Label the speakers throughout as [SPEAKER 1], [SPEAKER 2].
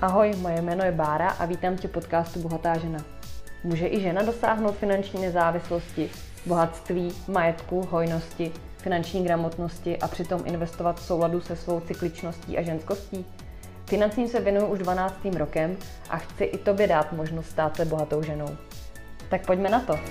[SPEAKER 1] Ahoj, moje jméno je Bára a vítám tě v podcastu Bohatá žena. Může i žena dosáhnout finanční nezávislosti, bohatství, majetku, hojnosti, finanční gramotnosti a přitom investovat v souladu se svou cykličností a ženskostí? Financím se věnuju už 12. rokem a chci i tobě dát možnost stát se bohatou ženou. Tak pojďme na to!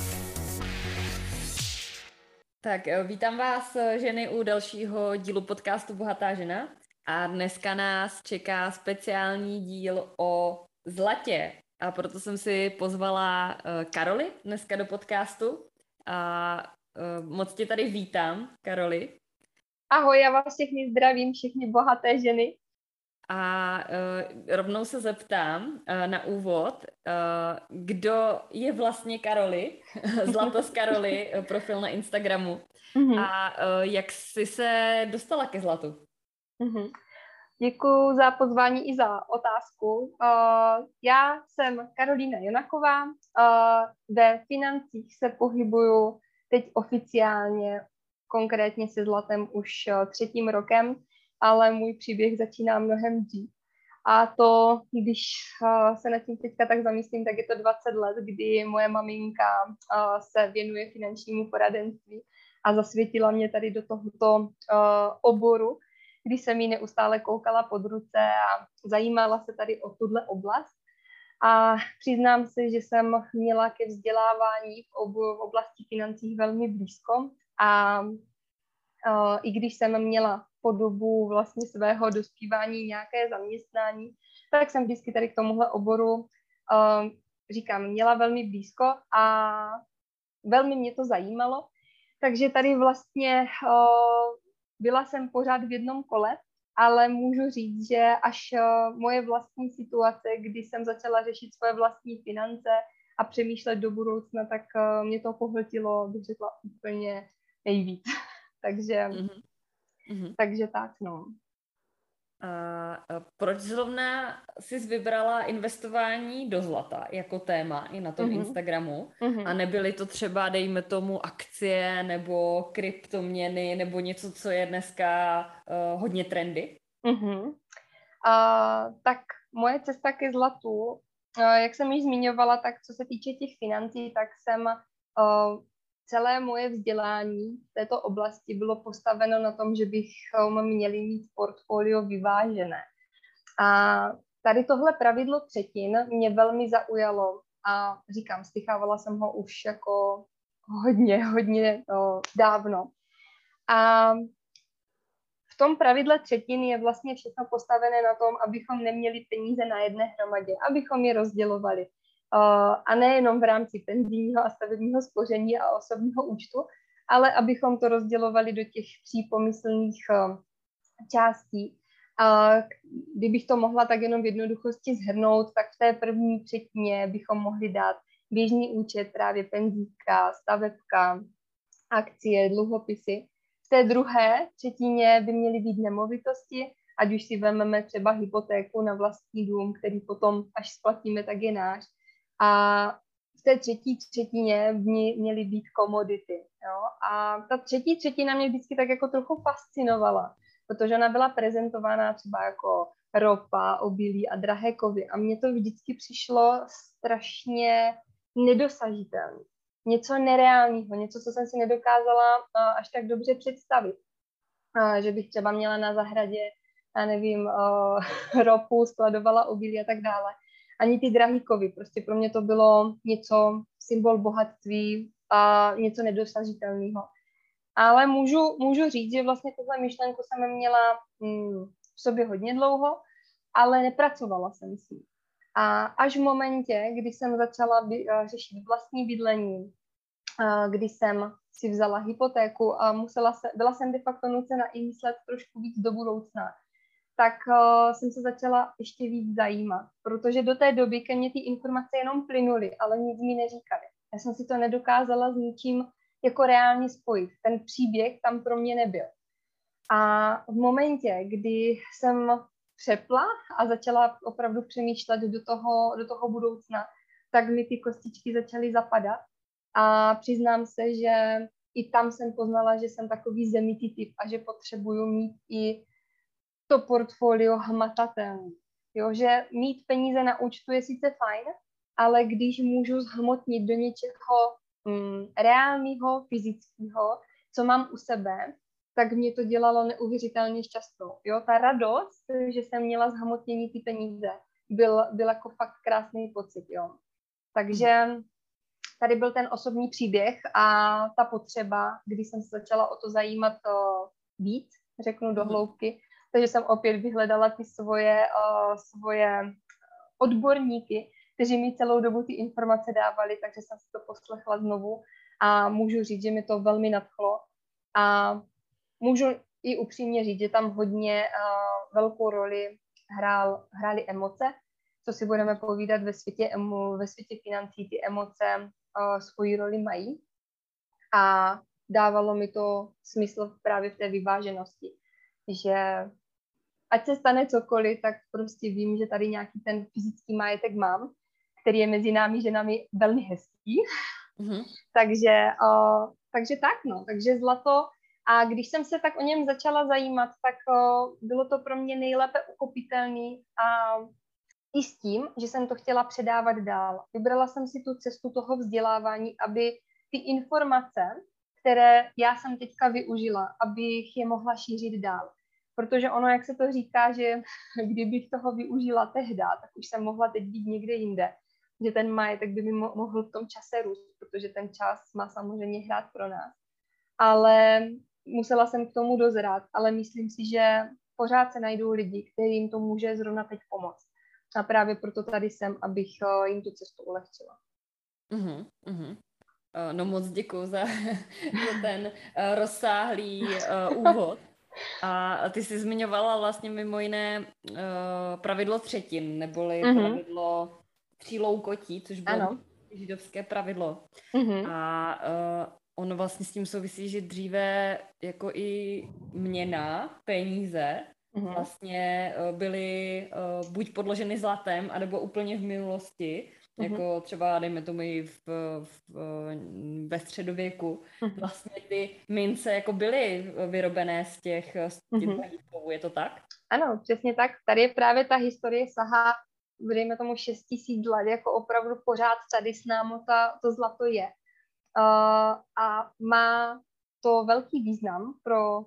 [SPEAKER 1] Tak vítám vás ženy u dalšího dílu podcastu Bohatá žena. A dneska nás čeká speciální díl o zlatě. A proto jsem si pozvala Karoli dneska do podcastu. A moc tě tady vítám, Karoli.
[SPEAKER 2] Ahoj, já vás všechny zdravím, všechny bohaté ženy.
[SPEAKER 1] A rovnou se zeptám na úvod, kdo je vlastně Karoli, Zlato z Karoli, profil na Instagramu. A jak jsi se dostala ke zlatu?
[SPEAKER 2] Děkuji za pozvání i za otázku. Já jsem Karolína Jonaková, ve financích se pohybuju teď oficiálně, konkrétně se zlatem už 3. rokem, ale můj příběh začíná mnohem dřív. A to, když se nad tím teďka tak zamyslím, tak je to 20 let, kdy moje maminka se věnuje finančnímu poradenství a zasvětila mě tady do tohoto oboru, kdy jsem jí neustále koukala pod ruce a zajímala se tady o tuhle oblast. A přiznám se, že jsem měla ke vzdělávání v oblasti financí velmi blízko a i když jsem měla po dobu vlastně svého dospívání nějaké zaměstnání, tak jsem vždycky tady k tomuhle oboru, měla velmi blízko a velmi mě to zajímalo. Takže tady vlastně byla jsem pořád v jednom kole, ale můžu říct, že až moje vlastní situace, kdy jsem začala řešit svoje vlastní finance a přemýšlet do budoucna, tak mě to pohltilo, bych řekla, úplně nejvíc. Takže tak, no.
[SPEAKER 1] A proč zrovna jsi vybrala investování do zlata jako téma i na tom Instagramu? A nebyly to třeba, dejme tomu, akcie nebo kryptoměny nebo něco, co je dneska hodně trendy?
[SPEAKER 2] Tak moje cesta ke zlatu, jak jsem již zmiňovala, tak co se týče těch financí, tak jsem celé moje vzdělání v této oblasti bylo postaveno na tom, že bychom měli mít portfolio vyvážené. A tady tohle pravidlo třetin mě velmi zaujalo a říkám, slychávala jsem ho už jako hodně dávno. A v tom pravidle třetin je vlastně všechno postavené na tom, abychom neměli peníze na jedné hromadě, abychom je rozdělovali. A nejenom v rámci penzijního a stavebního spoření a osobního účtu, ale abychom to rozdělovali do těch 3 pomyslných částí. Kdybych to mohla tak jenom v jednoduchosti shrnout, tak v té první třetině bychom mohli dát běžný účet, právě penzijka, stavebka, akcie, dluhopisy. V té druhé třetině by měly být nemovitosti, ať už si vezmeme třeba hypotéku na vlastní dům, který potom, až splatíme, tak je náš. A v té třetí třetině měly být komodity. Jo? A ta třetí třetina mě vždycky tak jako trochu fascinovala, protože ona byla prezentována třeba jako ropa, obilí a drahé kovy. A mně to vždycky přišlo strašně nedosažitelné. Něco nereálního, něco, co jsem si nedokázala až tak dobře představit. Že bych třeba měla na zahradě, já nevím, ropu, skladovala obilí a tak dále. Ani ty drahý kovy. Prostě pro mě to bylo něco, symbol bohatství a něco nedosažitelného. Ale můžu říct, že vlastně tuhle myšlenku jsem měla v sobě hodně dlouho, ale nepracovala jsem si. A až v momentě, kdy jsem začala řešit vlastní bydlení, kdy jsem si vzala hypotéku a byla jsem de facto nucena i myslet trošku víc do budoucna, tak jsem se začala ještě víc zajímat, protože do té doby ke mně ty informace jenom plynuly, ale nic mi neříkaly. Já jsem si to nedokázala s ničím jako reálně spojit. Ten příběh tam pro mě nebyl. A v momentě, kdy jsem přepla a začala opravdu přemýšlet do toho budoucna, tak mi ty kostičky začaly zapadat. A přiznám se, že i tam jsem poznala, že jsem takový zemitý typ a že potřebuju mít i to portfolio hmatatelné. Jo, že mít peníze na účtu je sice fajn, ale když můžu zhmotnit do něčeho reálného, fyzického, co mám u sebe, tak mě to dělalo neuvěřitelně šťastnou. Jo, ta radost, že jsem měla zhmotnění ty peníze, byl jako fakt krásný pocit, jo. Takže tady byl ten osobní příběh a ta potřeba, kdy jsem se začala o to zajímat víc, řeknu do hloubky, takže jsem opět vyhledala ty svoje odborníky, kteří mi celou dobu ty informace dávali, takže jsem si to poslechla znovu a můžu říct, že mi to velmi nadchlo. A můžu i upřímně říct, že tam hodně velkou roli hrály emoce, co si budeme povídat ve světě financí, ty emoce svoji roli mají. A dávalo mi to smysl právě v té vyváženosti, že ať se stane cokoliv, tak prostě vím, že tady nějaký ten fyzický majetek mám, který je mezi námi ženami velmi hezký. Mm-hmm. takže tak, no. Takže zlato. A když jsem se tak o něm začala zajímat, tak bylo to pro mě nejlépe uchopitelný a i s tím, že jsem to chtěla předávat dál. Vybrala jsem si tu cestu toho vzdělávání, aby ty informace, které já jsem teďka využila, abych je mohla šířit dál. Protože ono, jak se to říká, že kdybych toho využila tehda, tak už jsem mohla teď být někde jinde. Že ten majetek by mi mohl v tom čase růst, protože ten čas má samozřejmě hrát pro nás. Ale musela jsem k tomu dozrát, ale myslím si, že pořád se najdou lidi, kterým to může zrovna teď pomoct. A právě proto tady jsem, abych jim tu cestu ulehčila.
[SPEAKER 1] No moc děkuju za ten rozsáhlý úvod. A ty jsi zmiňovala vlastně mimo jiné pravidlo třetin, neboli pravidlo 3 loukotí, což bylo židovské pravidlo. A ono vlastně s tím souvisí, že dříve jako i měna, peníze, vlastně byly buď podloženy zlatem, anebo úplně v minulosti, jako třeba, dejme tomu i ve středověku. Vlastně ty mince jako byly vyrobené z těch kovů, je to tak?
[SPEAKER 2] Ano, přesně tak. Tady je právě ta historie sahá, dejme tomu 6000 let, jako opravdu pořád tady s námi to zlato je. A má to velký význam pro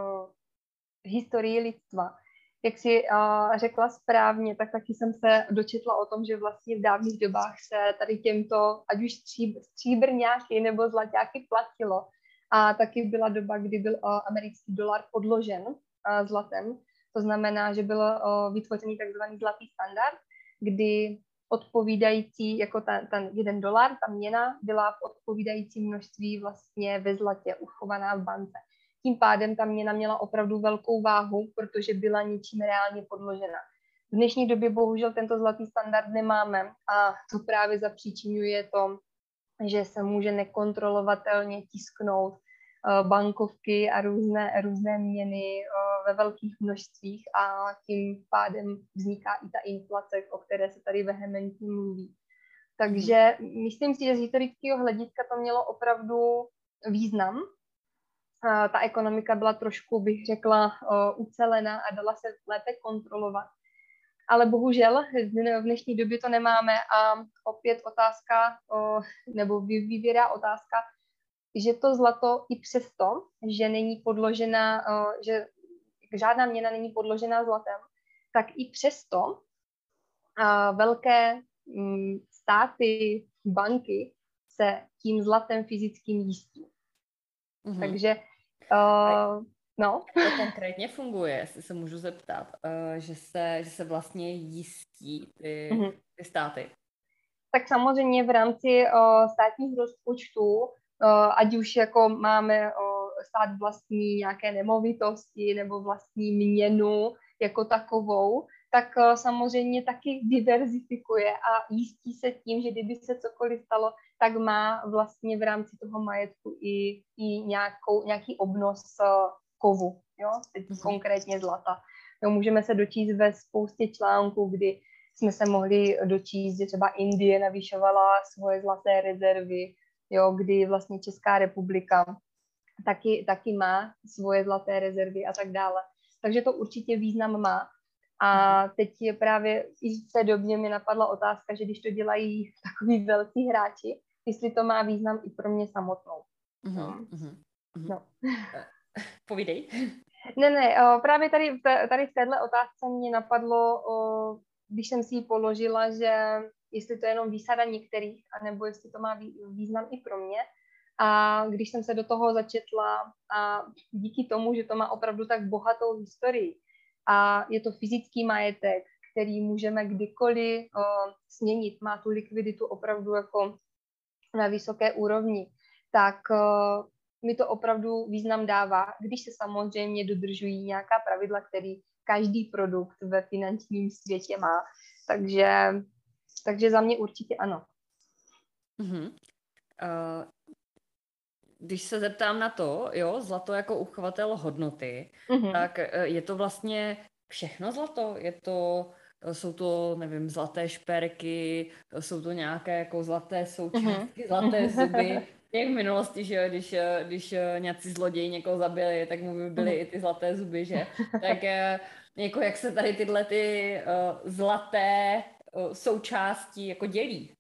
[SPEAKER 2] historii lidstva. Jak jsi řekla správně, tak taky jsem se dočetla o tom, že vlastně v dávných dobách se tady těmto, ať už stříbrňáky nebo zlaťáky platilo. A taky byla doba, kdy byl americký dolar podložen zlatem. To znamená, že byl vytvořený takzvaný zlatý standard, kdy odpovídající, jako ten $1, ta měna byla v odpovídající množství vlastně ve zlatě uchovaná v bance. Tím pádem ta měna měla opravdu velkou váhu, protože byla ničím reálně podložena. V dnešní době bohužel tento zlatý standard nemáme a to právě zapříčinuje to, že se může nekontrolovatelně tisknout bankovky a různé měny ve velkých množstvích a tím pádem vzniká i ta inflace, o které se tady vehementně mluví. Takže myslím si, že z historického hlediska to mělo opravdu význam. Ta ekonomika byla trošku, bych řekla, ucelená a dala se lépe kontrolovat. Ale bohužel v dnešní době to nemáme a opět otázka, nebo vyvěrá otázka, že to zlato i přesto, že není podložená, že žádná měna není podložená zlatem, tak i přesto velké státy, banky se tím zlatem fyzickým jistí. Takže no.
[SPEAKER 1] Jak to konkrétně funguje, jestli se můžu zeptat, že se vlastně jistí ty státy?
[SPEAKER 2] Tak samozřejmě v rámci státních rozpočtů, ať už jako máme stát vlastní nějaké nemovitosti nebo vlastní měnu jako takovou, tak samozřejmě taky diverzifikuje a jistí se tím, že kdyby se cokoliv stalo, tak má vlastně v rámci toho majetku i nějaký obnos kovu, jo? Teď konkrétně zlata. Jo, můžeme se dočíst ve spoustě článků, kdy jsme se mohli dočíst, že třeba Indie navyšovala svoje zlaté rezervy, jo, kdy vlastně Česká republika taky má svoje zlaté rezervy a tak dále. Takže to určitě význam má. A teď je právě i v té době mi napadla otázka, že když to dělají takový velcí hráči, jestli to má význam i pro mě samotnou. No.
[SPEAKER 1] Povídej.
[SPEAKER 2] Ne, právě tady v téhle otázce mě napadlo, když jsem si ji položila, že jestli to je jenom výsada některých, anebo jestli to má význam i pro mě. A když jsem se do toho začetla a díky tomu, že to má opravdu tak bohatou historii a je to fyzický majetek, který můžeme kdykoliv směnit, má tu likviditu opravdu jako na vysoké úrovni, tak mi to opravdu význam dává, když se samozřejmě dodržují nějaká pravidla, který každý produkt ve finančním světě má. Takže za mě určitě ano.
[SPEAKER 1] Když se zeptám na to, jo, zlato jako uchovatel hodnoty, tak je to vlastně všechno zlato? Jsou to, nevím, zlaté šperky, jsou to nějaké jako zlaté součástky, zlaté zuby. Jak v minulosti, že jo, když nějací zloději někoho zabili, tak mu byly i ty zlaté zuby, že? Tak jako jak se tady tyhle ty zlaté součásti jako dělí?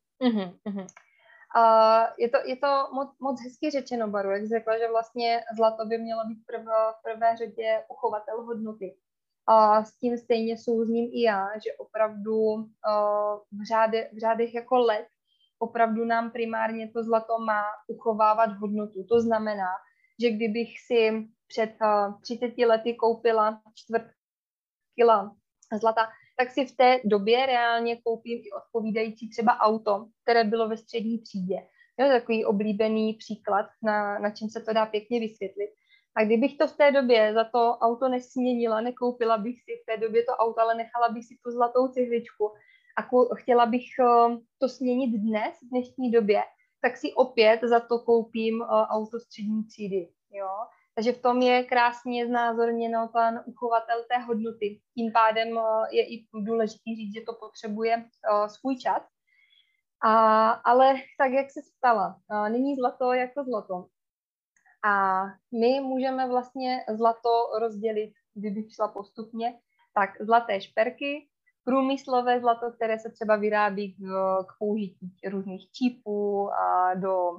[SPEAKER 2] Je to moc hezky řečeno, Baru, jak jsi řekla, že vlastně zlato by mělo být v prvé řadě uchovatel hodnoty. A s tím stejně souzním i já, že opravdu v řádech jako let opravdu nám primárně to zlato má uchovávat hodnotu. To znamená, že kdybych si před 30 lety koupila 1/4 kila zlata, tak si v té době reálně koupím i odpovídající třeba auto, které bylo ve střední třídě. To je takový oblíbený příklad, na čem se to dá pěkně vysvětlit. A kdybych to v té době za to auto nesměnila, nekoupila bych si v té době to auto, ale nechala bych si tu zlatou cihličku a chtěla bych to směnit dnes, v dnešní době, tak si opět za to koupím auto střední třídy. Jo? Takže v tom je krásně znázorněno ten uchovatel té hodnoty. Tím pádem je i důležité říct, že to potřebuje svůj čas. Ale tak, jak se ptala, není zlato jako zlato. A my můžeme vlastně zlato rozdělit, kdybych šla postupně, tak zlaté šperky, průmyslové zlato, které se třeba vyrábí k použití různých čipů a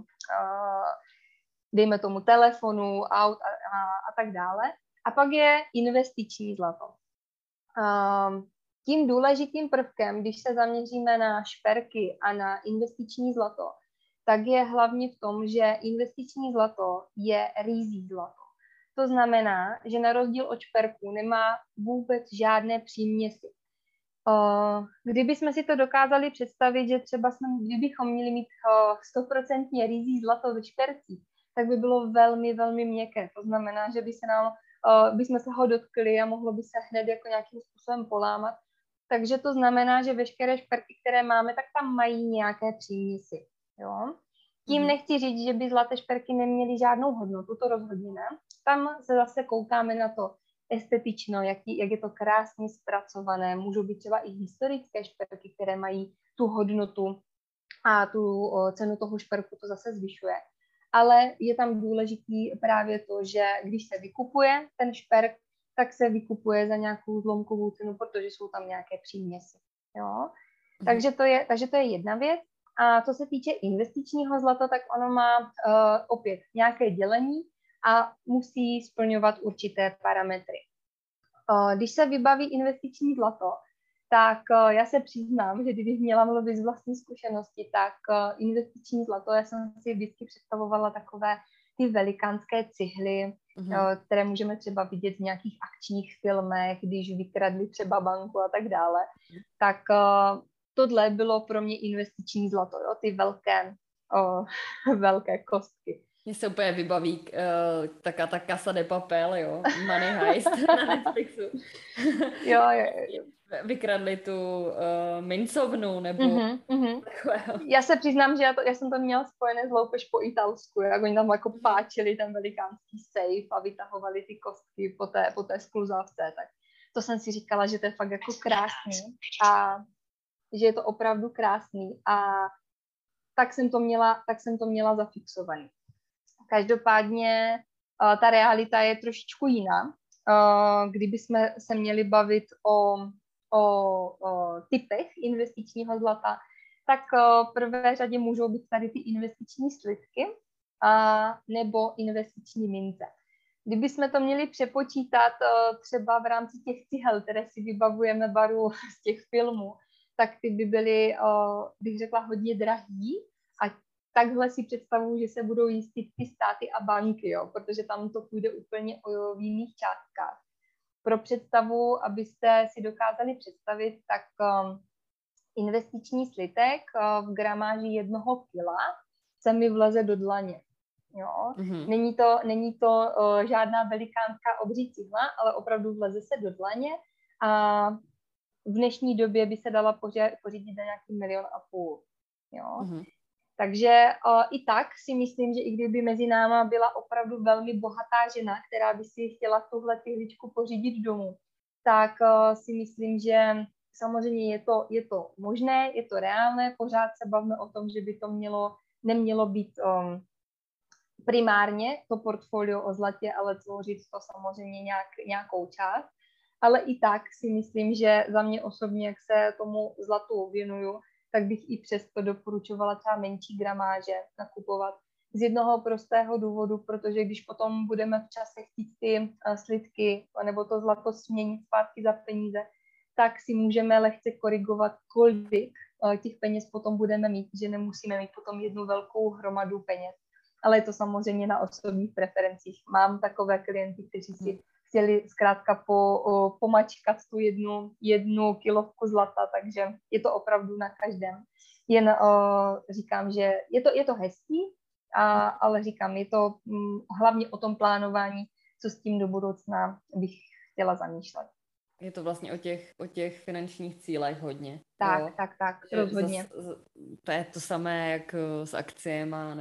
[SPEAKER 2] dejme tomu telefonu, aut a tak dále. A pak je investiční zlato. Tím důležitým prvkem, když se zaměříme na šperky a na investiční zlato, tak je hlavně v tom, že investiční zlato je rýzí zlato. To znamená, že na rozdíl od šperků nemá vůbec žádné příměsi. Kdybychom si to dokázali představit, že třeba kdybychom měli mít 100% rýzí zlato ve špercích, tak by bylo velmi, velmi měkké. To znamená, že bychom se ho dotkli a mohlo by se hned jako nějakým způsobem polámat. Takže to znamená, že veškeré šperky, které máme, tak tam mají nějaké příměsi. Jo? Tím nechci říct, že by zlaté šperky neměly žádnou hodnotu, to rozhodně ne. Tam se zase koukáme na to estetično, jak je to krásně zpracované. Můžou být třeba i historické šperky, které mají tu hodnotu a tu cenu toho šperku to zase zvyšuje. Ale je tam důležitý právě to, že když se vykupuje ten šperk, tak se vykupuje za nějakou zlomkovou cenu, protože jsou tam nějaké příměsi. Jo? Takže to je jedna věc. A co se týče investičního zlata, tak ono má opět nějaké dělení a musí splňovat určité parametry. Když se vybaví investiční zlato, tak já se přiznám, že kdybych měla mluvit z vlastní zkušenosti, tak investiční zlato, já jsem si vždycky představovala takové ty velikánské cihly, které můžeme třeba vidět v nějakých akčních filmech, když vykradli třeba banku a tak dále. Tak tohle bylo pro mě investiční zlato, jo? Ty velké kostky.
[SPEAKER 1] Mně se úplně vybaví taká ta Casa de Papel, jo, Money Heist na Netflixu.
[SPEAKER 2] Jo.
[SPEAKER 1] Vykradli tu mincovnu, nebo
[SPEAKER 2] Já se přiznám, že já jsem to měla spojené s loupež po italsku, jak oni tam jako páčili ten velikánský safe a vytahovali ty kostky po té skluzávce, tak to jsem si říkala, že to je fakt jako krásný a že je to opravdu krásný a tak jsem to měla zafixovaný. Každopádně ta realita je trošičku jiná. Kdybychom se měli bavit o o typech investičního zlata, tak v prvé řadě můžou být tady ty investiční slitky a nebo investiční mince. Kdybychom to měli přepočítat třeba v rámci těch cihel, které si vybavujeme baru z těch filmů, tak ty by byly, bych řekla, hodně drahý a takhle si představuju, že se budou jistit ty státy a banky, jo, protože tam to půjde úplně v jiných částkách. Pro představu, abyste si dokázali představit, tak investiční slitek v gramáži 1 kila se mi vleze do dlaně. Jo? Není to žádná velikánská obří cihla, ale opravdu vleze se do dlaně a v dnešní době by se dala pořídit za nějaký 1,5 milionu. Jo? Takže i tak si myslím, že i kdyby mezi náma byla opravdu velmi bohatá žena, která by si chtěla tuhle tyhličku pořídit domů, tak si myslím, že samozřejmě je to možné, je to reálné, pořád se bavíme o tom, že by to nemělo být primárně to portfolio o zlatě, ale tvořit to samozřejmě nějakou část. Ale i tak si myslím, že za mě osobně, jak se tomu zlatu věnuju, tak bych i přesto doporučovala třeba menší gramáže nakupovat. Z jednoho prostého důvodu, protože když potom budeme v čase chtít ty slitky nebo to zlato směnit zpátky za peníze, tak si můžeme lehce korigovat, kolik těch peněz potom budeme mít, že nemusíme mít potom jednu velkou hromadu peněz. Ale je to samozřejmě na osobních preferencích. Mám takové klienty, kteří si chtěli zkrátka pomačkat tu jednu kilovku zlata, takže je to opravdu na každém. Jen říkám, že je to hezký, ale říkám, je to hlavně o tom plánování, co s tím do budoucna bych chtěla zamýšlet.
[SPEAKER 1] Je to vlastně o těch finančních cílech hodně.
[SPEAKER 2] Tak, rozhodně.
[SPEAKER 1] To je to samé jak s akciema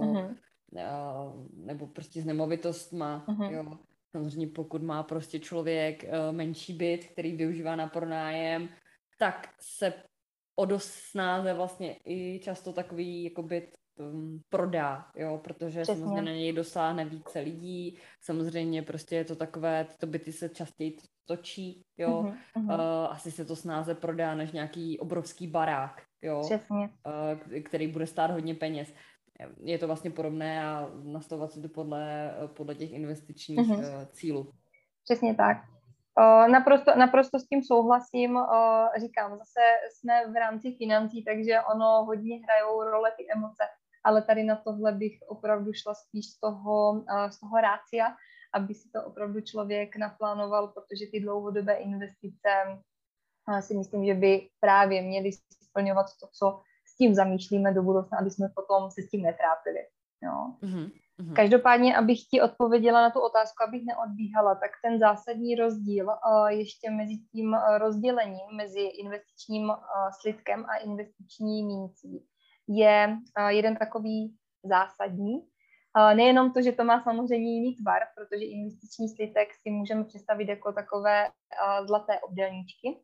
[SPEAKER 1] nebo prostě s nemovitostma, jo. Samozřejmě pokud má prostě člověk menší byt, který využívá na pronájem, tak se o dost snáze vlastně i často takový jako byt prodá, jo, protože
[SPEAKER 2] Přesně.
[SPEAKER 1] samozřejmě na něj dosáhne více lidí, samozřejmě prostě je to takové, tyto byty se častěji točí, jo, asi se to snáze prodá než nějaký obrovský barák, jo, který bude stát hodně peněz. Je to vlastně podobné a nastavovat si to podle těch investičních cílů.
[SPEAKER 2] Přesně tak. Naprosto s tím souhlasím. Říkám, zase jsme v rámci financí, takže ono hodně hrajou role ty emoce, ale tady na tohle bych opravdu šla spíš z toho rácia, aby si to opravdu člověk naplánoval, protože ty dlouhodobé investice si myslím, že by právě měly splňovat to, co s tím zamýšlíme do budoucna, aby jsme potom se s tím netrápili. Jo. Každopádně, abych ti odpověděla na tu otázku, abych neodbíhala, tak ten zásadní rozdíl ještě mezi tím rozdělením mezi investičním slitkem a investiční mincí je jeden takový zásadní. Nejenom to, že to má samozřejmě jiný tvar, protože investiční slitek si můžeme představit jako takové zlaté obdélníčky.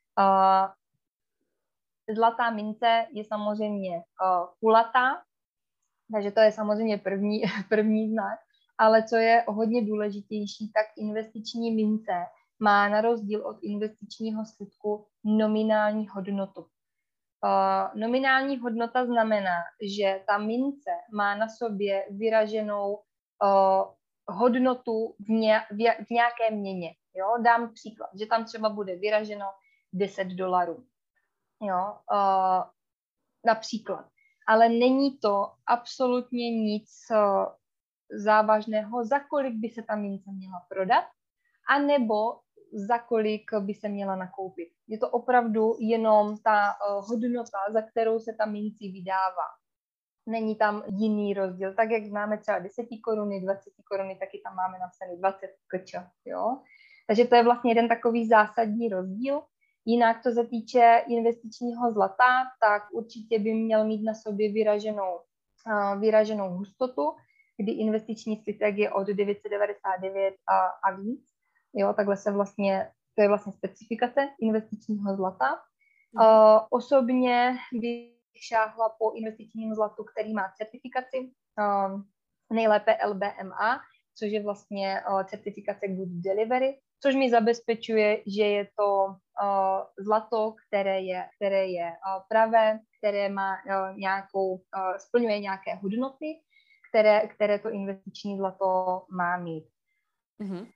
[SPEAKER 2] Zlatá mince je samozřejmě kulatá, takže to je samozřejmě první znak, ale co je hodně důležitější, tak investiční mince má na rozdíl od investičního slitku nominální hodnotu. Nominální hodnota znamená, že ta mince má na sobě vyraženou hodnotu v nějaké měně. Jo? Dám příklad, že tam třeba bude vyraženo $10. Jo? Například. Ale není to absolutně nic závažného, za kolik by se ta mince měla prodat, anebo za kolik by se měla nakoupit. Je to opravdu jenom ta hodnota, za kterou se ta minci vydává. Není tam jiný rozdíl. Tak, jak máme třeba 10 koruny, 20 koruny, taky tam máme napsaný 20 kč. Jo? Takže to je vlastně jeden takový zásadní rozdíl. Jinak, co se týče investičního zlata, tak určitě by měl mít na sobě vyraženou hustotu, kdy investiční slitek je od 999 a víc. Jo, takhle to je vlastně specifikace investičního zlata. Osobně bych šáhla po investičním zlatu, který má certifikaci, nejlépe LBMA, což je vlastně certifikace Good Delivery, což mi zabezpečuje, že je to zlato, které je pravé, které má splňuje nějaké hodnoty, které to investiční zlato má mít.
[SPEAKER 1] Mhm.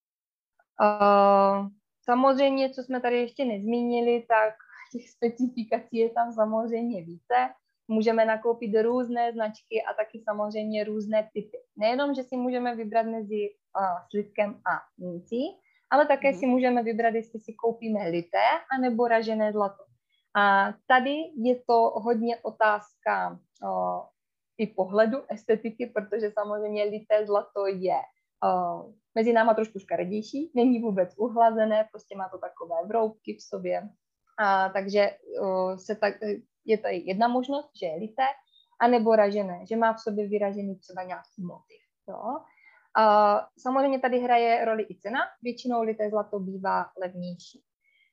[SPEAKER 2] Samozřejmě, co jsme tady ještě nezmínili, tak těch specifikací je tam samozřejmě více. Můžeme nakoupit různé značky a taky samozřejmě různé typy. Nejenom, že si můžeme vybrat mezi slitkem a mincí, ale také si můžeme vybrat, jestli si koupíme lité anebo ražené zlato. A tady je to hodně otázka i pohledu estetiky, protože samozřejmě lité zlato je mezi náma trošku škaredější, není vůbec uhlazené, prostě má to takové vroubky v sobě. Takže je to jedna možnost, že je lité, anebo ražené, že má v sobě vyražený třeba nějaký motiv. Jo? Samozřejmě tady hraje roli i cena, většinou lité zlato bývá levnější.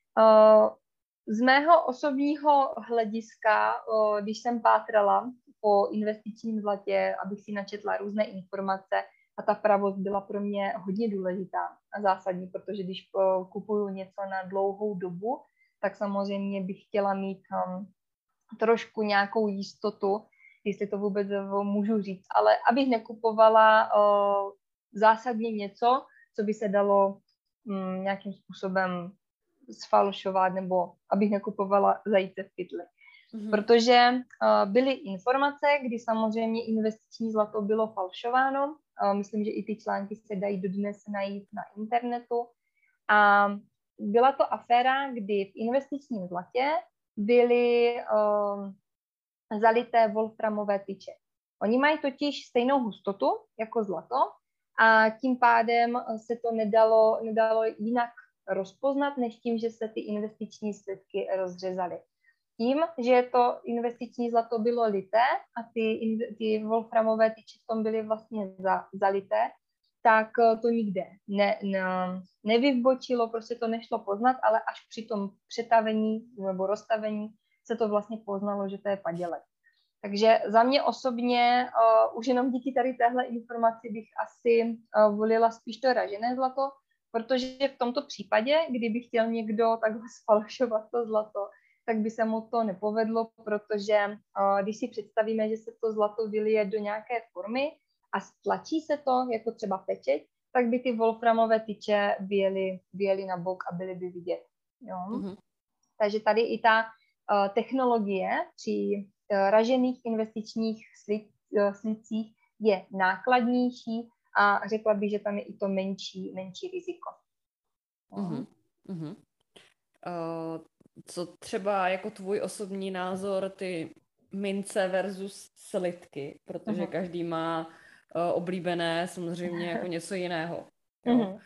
[SPEAKER 2] Z mého osobního hlediska, když jsem pátrala po investičním zlatě, abych si načetla různé informace, a ta pravost byla pro mě hodně důležitá a zásadní, protože když kupuju něco na dlouhou dobu, tak samozřejmě bych chtěla mít trošku nějakou jistotu, jestli to vůbec můžu říct, ale abych nekupovala zásadně něco, co by se dalo nějakým způsobem sfalšovat, nebo abych nekupovala zajíce v pytli. Protože byly informace, kdy samozřejmě investiční zlato bylo falšováno. Myslím, že i ty články se dají dodnes najít na internetu. A byla to aféra, kdy v investičním zlatě byly zalité wolframové tyče. Oni mají totiž stejnou hustotu jako zlato a tím pádem se to nedalo jinak rozpoznat, než tím, že se ty investiční slitky rozřezaly. Tím, že to investiční zlato bylo lité a ty wolframové tyče v tom byly vlastně zalité, tak to nikde nevybočilo, prostě to nešlo poznat, ale až při tom přetavení nebo rozstavení se to vlastně poznalo, že to je padělek. Takže za mě osobně už jenom díky tady téhle informaci bych asi volila spíš to ražené zlato, protože v tomto případě, kdyby chtěl někdo takhle sfalšovat to zlato, tak by se mu to nepovedlo, protože když si představíme, že se to zlato vylije do nějaké formy a stlačí se to, jako třeba pečeť, tak by ty wolframové tyče vyjeli na bok a byly by vidět. Jo? Takže tady i ta technologie při ražených investičních slitcích je nákladnější a řekla bych, že tam je i to menší riziko.
[SPEAKER 1] Co třeba jako tvůj osobní názor, ty mince versus slitky, protože každý má oblíbené samozřejmě jako něco jiného. Jo?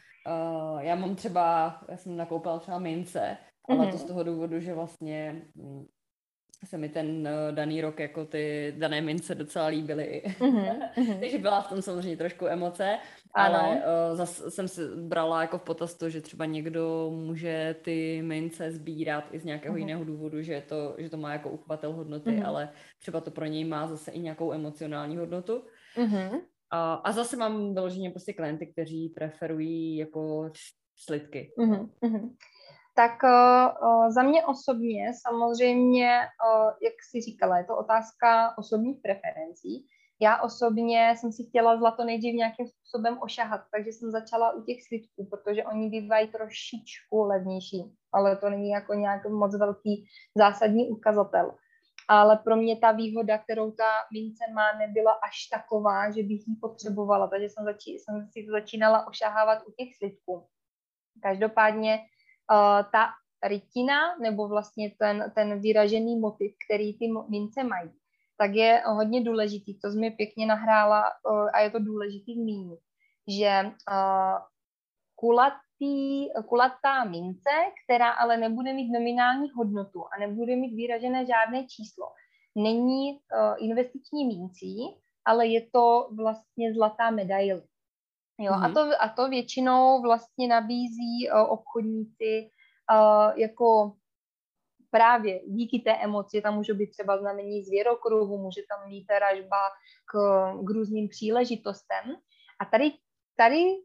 [SPEAKER 1] Já jsem nakoupila třeba mince, ale to z toho důvodu, že vlastně se mi ten daný rok jako ty dané mince docela líbily. Takže byla v tom samozřejmě trošku emoce, ale zase jsem si brala jako v potaz to, že třeba někdo může ty mince sbírat i z nějakého jiného důvodu, že to má jako uchovatel hodnoty, ale třeba to pro něj má zase i nějakou emocionální hodnotu. A zase mám vyloženě prostě klienty, kteří preferují jako slitky.
[SPEAKER 2] Tak za mě osobně samozřejmě, jak jsi říkala, je to otázka osobních preferencí. Já osobně jsem si chtěla zlato nejdřív nějakým způsobem ošahat, takže jsem začala u těch slitků, protože oni bývají trošičku levnější, ale to není jako nějak moc velký zásadní ukazatel. Ale pro mě ta výhoda, kterou ta mince má, nebyla až taková, že bych ji potřebovala, takže jsem si to začínala ošahávat u těch slitků. Každopádně ta rytina, nebo vlastně ten vyražený motiv, který ty mince mají, tak je hodně důležitý. To jsi mi pěkně nahrála a je to důležitý zmínit, že kulatá mince, která ale nebude mít nominální hodnotu a nebude mít vyražené žádné číslo, není investiční mincí, ale je to vlastně zlatá medaile. Jo, a to většinou vlastně nabízí obchodníci jako právě díky té emoci, tam může být třeba znamení zvěrokruhu, může tam být ražba k různým příležitostem. A tady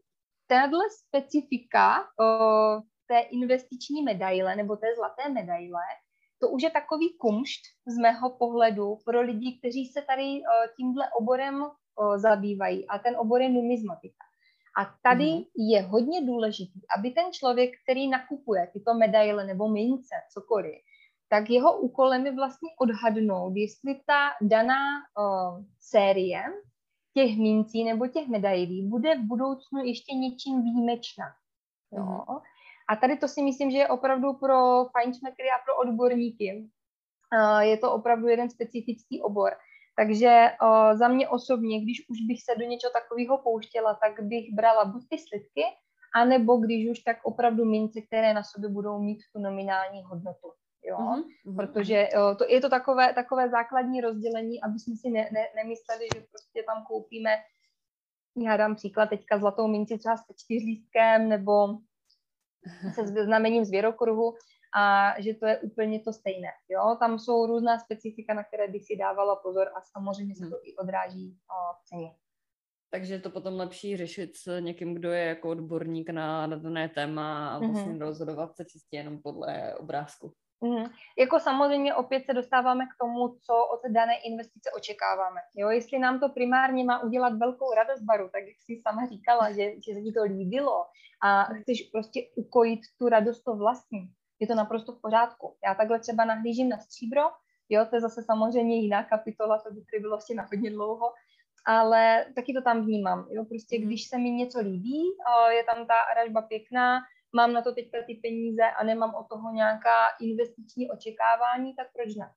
[SPEAKER 2] Tahle specifika té investiční medaile nebo té zlaté medaile, to už je takový kumšt z mého pohledu pro lidi, kteří se tady tímhle oborem zabývají, a ten obor je numizmatika. A tady je hodně důležitý, aby ten člověk, který nakupuje tyto medaile nebo mince, cokoliv, tak jeho úkolem je vlastně odhadnout, jestli ta daná série těch mincí nebo těch medailí bude v budoucnu ještě něčím výjimečná. Jo? A tady to si myslím, že je opravdu pro fajnšmekry a pro odborníky. Je to opravdu jeden specifický obor. Takže za mě osobně, když už bych se do něčeho takového pouštěla, tak bych brala buď ty slitky, anebo když už tak opravdu mince, které na sobě budou mít tu nominální hodnotu. Jo? Protože je to takové základní rozdělení, aby jsme si nemysleli, že prostě tam koupíme, já dám příklad teďka zlatou minci třeba se 4lístkem nebo se znamením zvěrokruhu, a že to je úplně to stejné. Jo? Tam jsou různá specifika, na které bych si dávala pozor, a samozřejmě se to i odráží v ceně.
[SPEAKER 1] Takže je to potom lepší řešit s někým, kdo je jako odborník na dané téma a vlastně rozhodovat se čistě jenom podle obrázku.
[SPEAKER 2] Jako samozřejmě opět se dostáváme k tomu, co od dané investice očekáváme. Jo? Jestli nám to primárně má udělat velkou radost baru, tak jak jsi sama říkala, že se ti to líbilo a chceš prostě ukojit tu radost to vlastní, je to naprosto v pořádku. Já takhle třeba nahlížím na stříbro, jo, to je zase samozřejmě jiná kapitola, to by tady bylo vlastně na hodně dlouho, ale taky to tam vnímám. Jo? Prostě když se mi něco líbí, je tam ta ražba pěkná, mám na to teďka ty peníze a nemám od toho nějaká investiční očekávání, tak proč ne?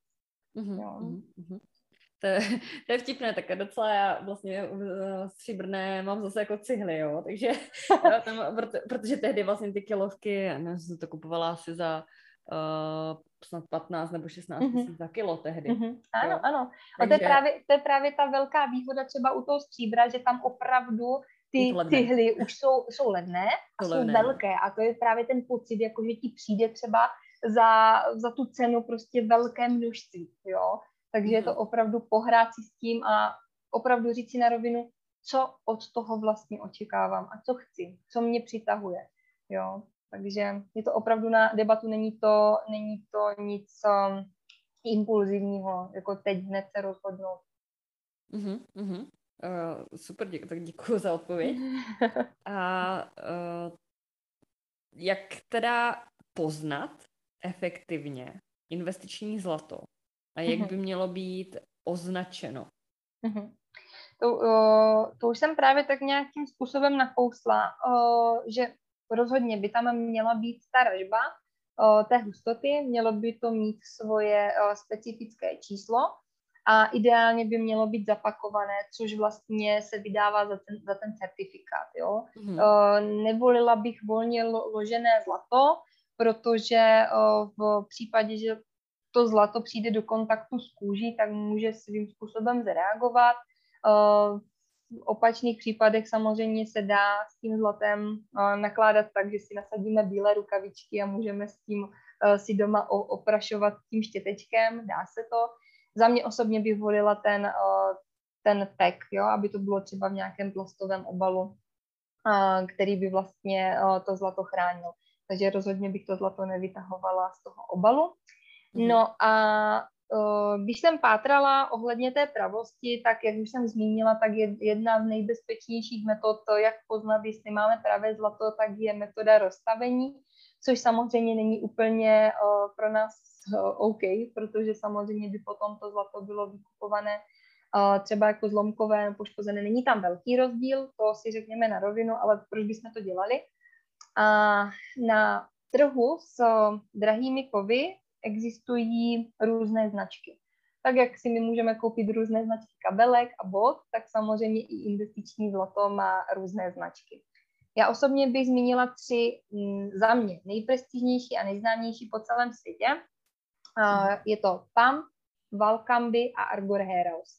[SPEAKER 1] To je vtipné, tak docela já vlastně stříbrné mám zase jako cihly, jo, takže tam, protože tehdy vlastně ty kilovky, nevím, jsem to kupovala asi za snad 15 nebo 16 tisíc za kilo tehdy.
[SPEAKER 2] Ano, ano. A to je právě ta velká výhoda třeba u toho stříbra, že tam opravdu ty cihly už jsou levné a jsou velké. A to je právě ten pocit, jako že ti přijde třeba za tu cenu prostě velké množství, jo. Takže je to opravdu pohrát si s tím a opravdu říct si na rovinu, co od toho vlastně očekávám a co chci, co mě přitahuje, jo. Takže je to opravdu na debatu, není to nic impulzivního, jako teď hned se rozhodnout.
[SPEAKER 1] Super, tak děkuji za odpověď. A jak teda poznat efektivně investiční zlato a jak by mělo být označeno?
[SPEAKER 2] To už jsem právě tak nějakým způsobem nakousla, že rozhodně by tam měla být ta ražba té hustoty, mělo by to mít svoje specifické číslo a ideálně by mělo být zapakované, což vlastně se vydává za ten certifikát. Jo? Nevolila bych volně ložené zlato, protože v případě, že to zlato přijde do kontaktu s kůží, tak může svým způsobem zareagovat. V opačných případech samozřejmě se dá s tím zlatem nakládat tak, že si nasadíme bílé rukavičky a můžeme s tím si doma oprašovat tím štětečkem, dá se to. Za mě osobně bych volila ten pack, jo, aby to bylo třeba v nějakém plastovém obalu, který by vlastně to zlato chránil. Takže rozhodně bych to zlato nevytahovala z toho obalu. No a když jsem pátrala ohledně té pravosti, tak jak už jsem zmínila, tak jedna z nejbezpečnějších metod, jak poznat, jestli máme pravé zlato, tak je metoda rozstavení, což samozřejmě není úplně pro nás OK, protože samozřejmě by potom to zlato bylo vykupované třeba jako zlomkové nebo poškozené. Není tam velký rozdíl, to si řekněme na rovinu, ale proč bychom to dělali? A na trhu s drahými kovy existují různé značky. Tak jak si my můžeme koupit různé značky kabelek a bot, tak samozřejmě i investiční zlato má různé značky. Já osobně bych zmínila 3 za mě nejprestižnější a nejznámější po celém světě. Je to PAM, Valcambi a Argor Heraus.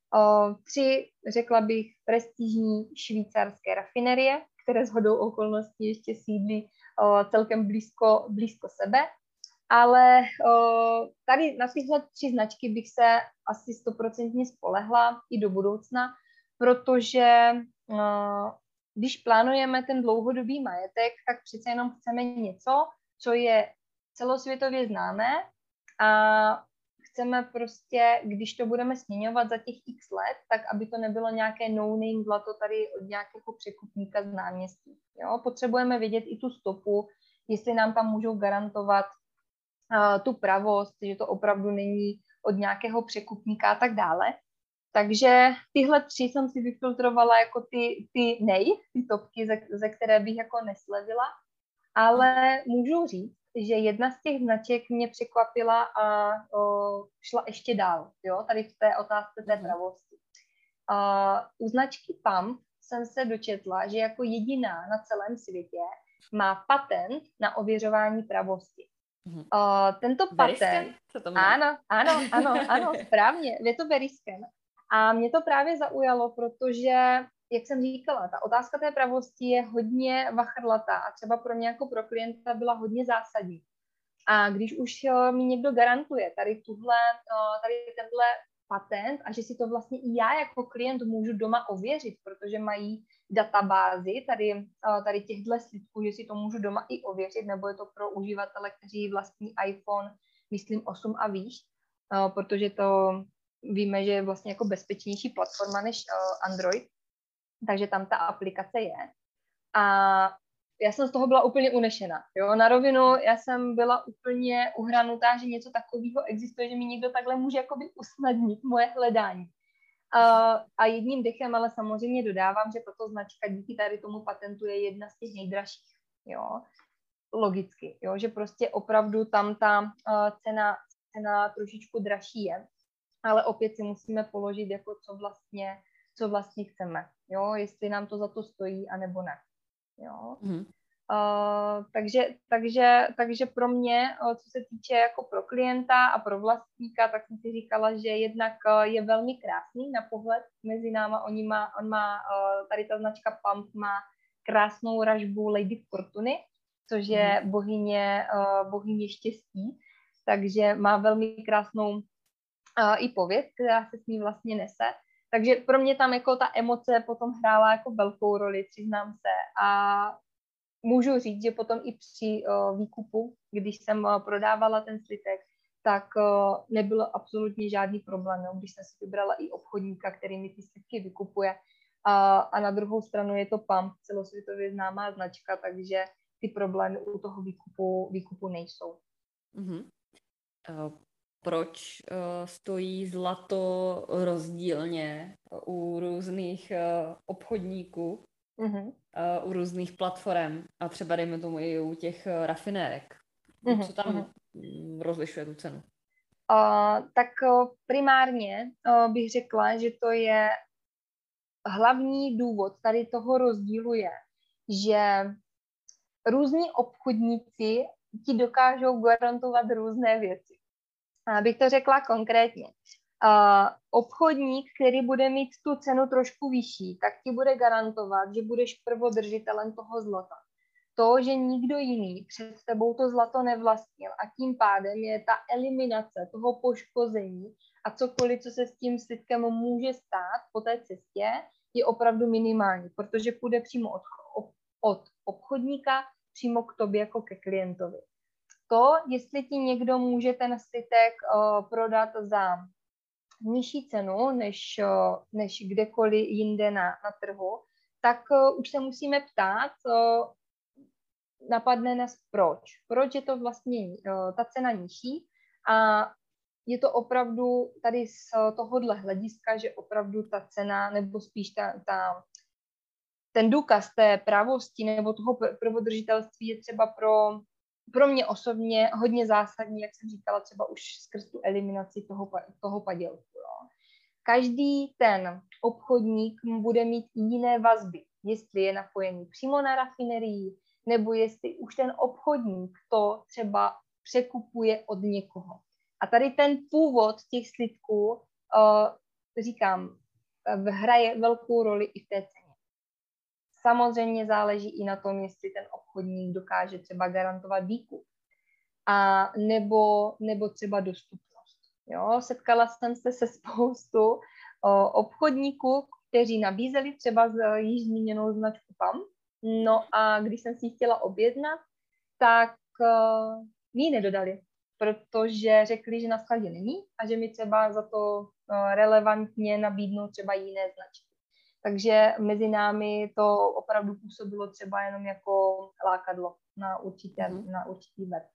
[SPEAKER 2] 3, řekla bych, prestižní švýcarské rafinerie, které shodou okolností ještě sídlí celkem blízko sebe. Ale tady na tyhle 3 značky bych se asi 100% spolehla i do budoucna, protože když plánujeme ten dlouhodobý majetek, tak přece jenom chceme něco, co je celosvětově známé a chceme prostě, když to budeme směňovat za těch x let, tak aby to nebylo nějaké no-name zlato tady od nějakého překupníka z náměstí. Jo? Potřebujeme vědět i tu stopu, jestli nám tam můžou garantovat tu pravost, že to opravdu není od nějakého překupníka a tak dále. Takže tyhle 3 jsem si vyfiltrovala jako ty topky, ze které bych jako neslevila, ale můžu říct, že jedna z těch značek mě překvapila a šla ještě dál, jo, tady v té otázce té pravosti. U značky Pump jsem se dočetla, že jako jediná na celém světě má patent na ověřování pravosti. Tento patent... Ano, správně, je to Veriscan. A mě to právě zaujalo, protože, jak jsem říkala, ta otázka té pravosti je hodně vachrlatá a třeba pro mě jako pro klienta byla hodně zásadní. A když už mi někdo garantuje tady tenhle patent a že si to vlastně i já jako klient můžu doma ověřit, protože mají databázi tady těchto slitků, že si to můžu doma i ověřit, nebo je to pro uživatele, kteří vlastní iPhone, myslím 8 a výš, protože to víme, že je vlastně jako bezpečnější platforma než Android, takže tam ta aplikace je. A já jsem z toho byla úplně unešena. Jo? Na rovinu já jsem byla úplně uhranutá, že něco takového existuje, že mi někdo takhle může jakoby usnadnit moje hledání. A jedním dechem ale samozřejmě dodávám, že tato značka díky tady tomu patentu je jedna z těch nejdražších. Jo? Logicky, jo? Že prostě opravdu tam ta cena trošičku dražší je. Ale opět si musíme položit, jako co vlastně chceme, jo, jestli nám to za to stojí, anebo ne, jo. Takže pro mě, co se týče jako pro klienta a pro vlastníka, tak jsem si říkala, že jednak je velmi krásný na pohled mezi náma, on má tady ta značka Pump má krásnou ražbu Lady Fortuny, což je bohyně štěstí, takže má velmi krásnou i pověst, která se s ní vlastně nese. Takže pro mě tam jako ta emoce potom hrála jako velkou roli, přiznám se. A můžu říct, že potom i při výkupu, když jsem prodávala ten slitek, tak nebyl absolutně žádný problém, no, když jsem si vybrala i obchodníka, který mi ty slitky vykupuje. A na druhou stranu je to Pump, celosvětově známá značka, takže ty problémy u toho výkupu nejsou.
[SPEAKER 1] Mm-hmm. Proč stojí zlato rozdílně u různých obchodníků, u různých platform a třeba dejme tomu i u těch rafinérek? Co tam rozlišuje tu cenu?
[SPEAKER 2] Tak primárně bych řekla, že to je hlavní důvod tady toho rozdílu je, že různí obchodníci ti dokážou garantovat různé věci. Abych to řekla konkrétně. Obchodník, který bude mít tu cenu trošku vyšší, tak ti bude garantovat, že budeš prvodržitelem toho zlata. To, že nikdo jiný před tebou to zlato nevlastnil a tím pádem je ta eliminace toho poškození a cokoliv, co se s tím slitkem může stát po té cestě, je opravdu minimální, protože půjde přímo od obchodníka přímo k tobě jako ke klientovi. To, jestli ti někdo může ten slitek prodat za nižší cenu než kdekoliv jinde na trhu, tak už se musíme ptát, napadne nás proč. Proč je to vlastně ta cena nižší a je to opravdu tady z tohohle hlediska, že opravdu ta cena, nebo spíš ten důkaz té pravosti nebo toho prvodržitelství je třeba pro mě osobně hodně zásadní, jak jsem říkala, třeba už skrz tu eliminaci toho padělku. Jo. Každý ten obchodník bude mít jiné vazby, jestli je napojený přímo na rafinerii, nebo jestli už ten obchodník to třeba překupuje od někoho. A tady ten původ těch slitků, říkám, hraje velkou roli i v té ceně. Samozřejmě záleží i na tom, jestli ten obchodník dokáže třeba garantovat výkup a nebo třeba dostupnost. Jo? Setkala jsem se spoustu obchodníků, kteří nabízeli třeba již zmíněnou značku PAM. No a když jsem si ji chtěla objednat, tak mi ji nedodali, protože řekli, že na skladě není a že mi třeba za to relevantně nabídnou třeba jiné značky. Takže mezi námi to opravdu působilo třeba jenom jako lákadlo na určitý web.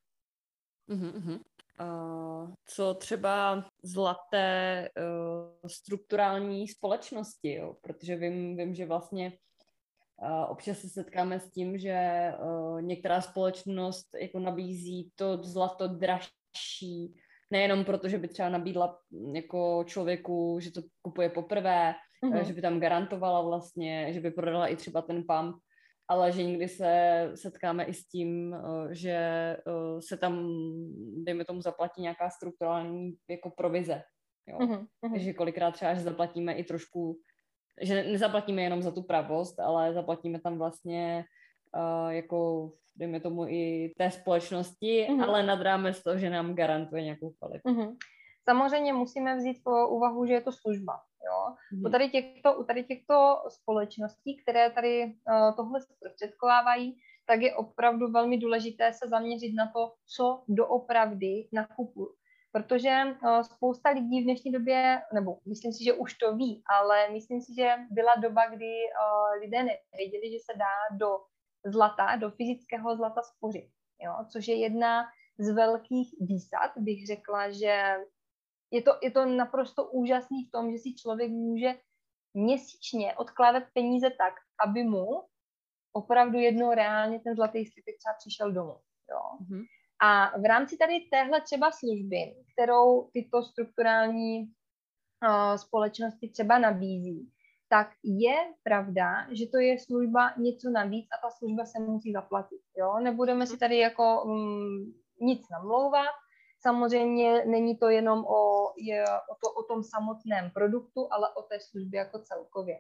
[SPEAKER 1] Co třeba zlaté strukturální společnosti, jo? Protože vím, že vlastně občas se setkáme s tím, že některá společnost jako nabízí to zlato dražší, nejenom proto, že by třeba nabídla jako člověku, že to kupuje poprvé, že by tam garantovala vlastně, že by prodala i třeba ten pump, ale že někdy se setkáme i s tím, že se tam, dejme tomu, zaplatí nějaká strukturální jako provize. Jo? Takže kolikrát třeba, že zaplatíme i trošku, že nezaplatíme jenom za tu pravost, ale zaplatíme tam vlastně jako, dejme tomu, i té společnosti, ale nad rámec toho, že nám garantuje nějakou kvalitu.
[SPEAKER 2] Samozřejmě musíme vzít v úvahu, že je to služba. Jo? U tady těchto společností, které tady tohle zprostředkovávají, tak je opravdu velmi důležité se zaměřit na to, co doopravdy nakupují. Protože spousta lidí v dnešní době, nebo myslím si, že už to ví, ale myslím si, že byla doba, kdy lidé nevěděli, že se dá do zlata, do fyzického zlata spořit. Jo? Což je jedna z velkých výsad, bych řekla, že je to naprosto úžasný v tom, že si člověk může měsíčně odkládat peníze tak, aby mu opravdu jednou reálně ten zlatý slipek třeba přišel domů. Jo? A v rámci tady téhle třeba služby, kterou tyto strukturální společnosti třeba nabízí, tak je pravda, že to je služba něco navíc a ta služba se musí zaplatit. Jo? Nebudeme si tady jako nic namlouvat. Samozřejmě není to jenom o tom samotném produktu, ale o té službě jako celkově.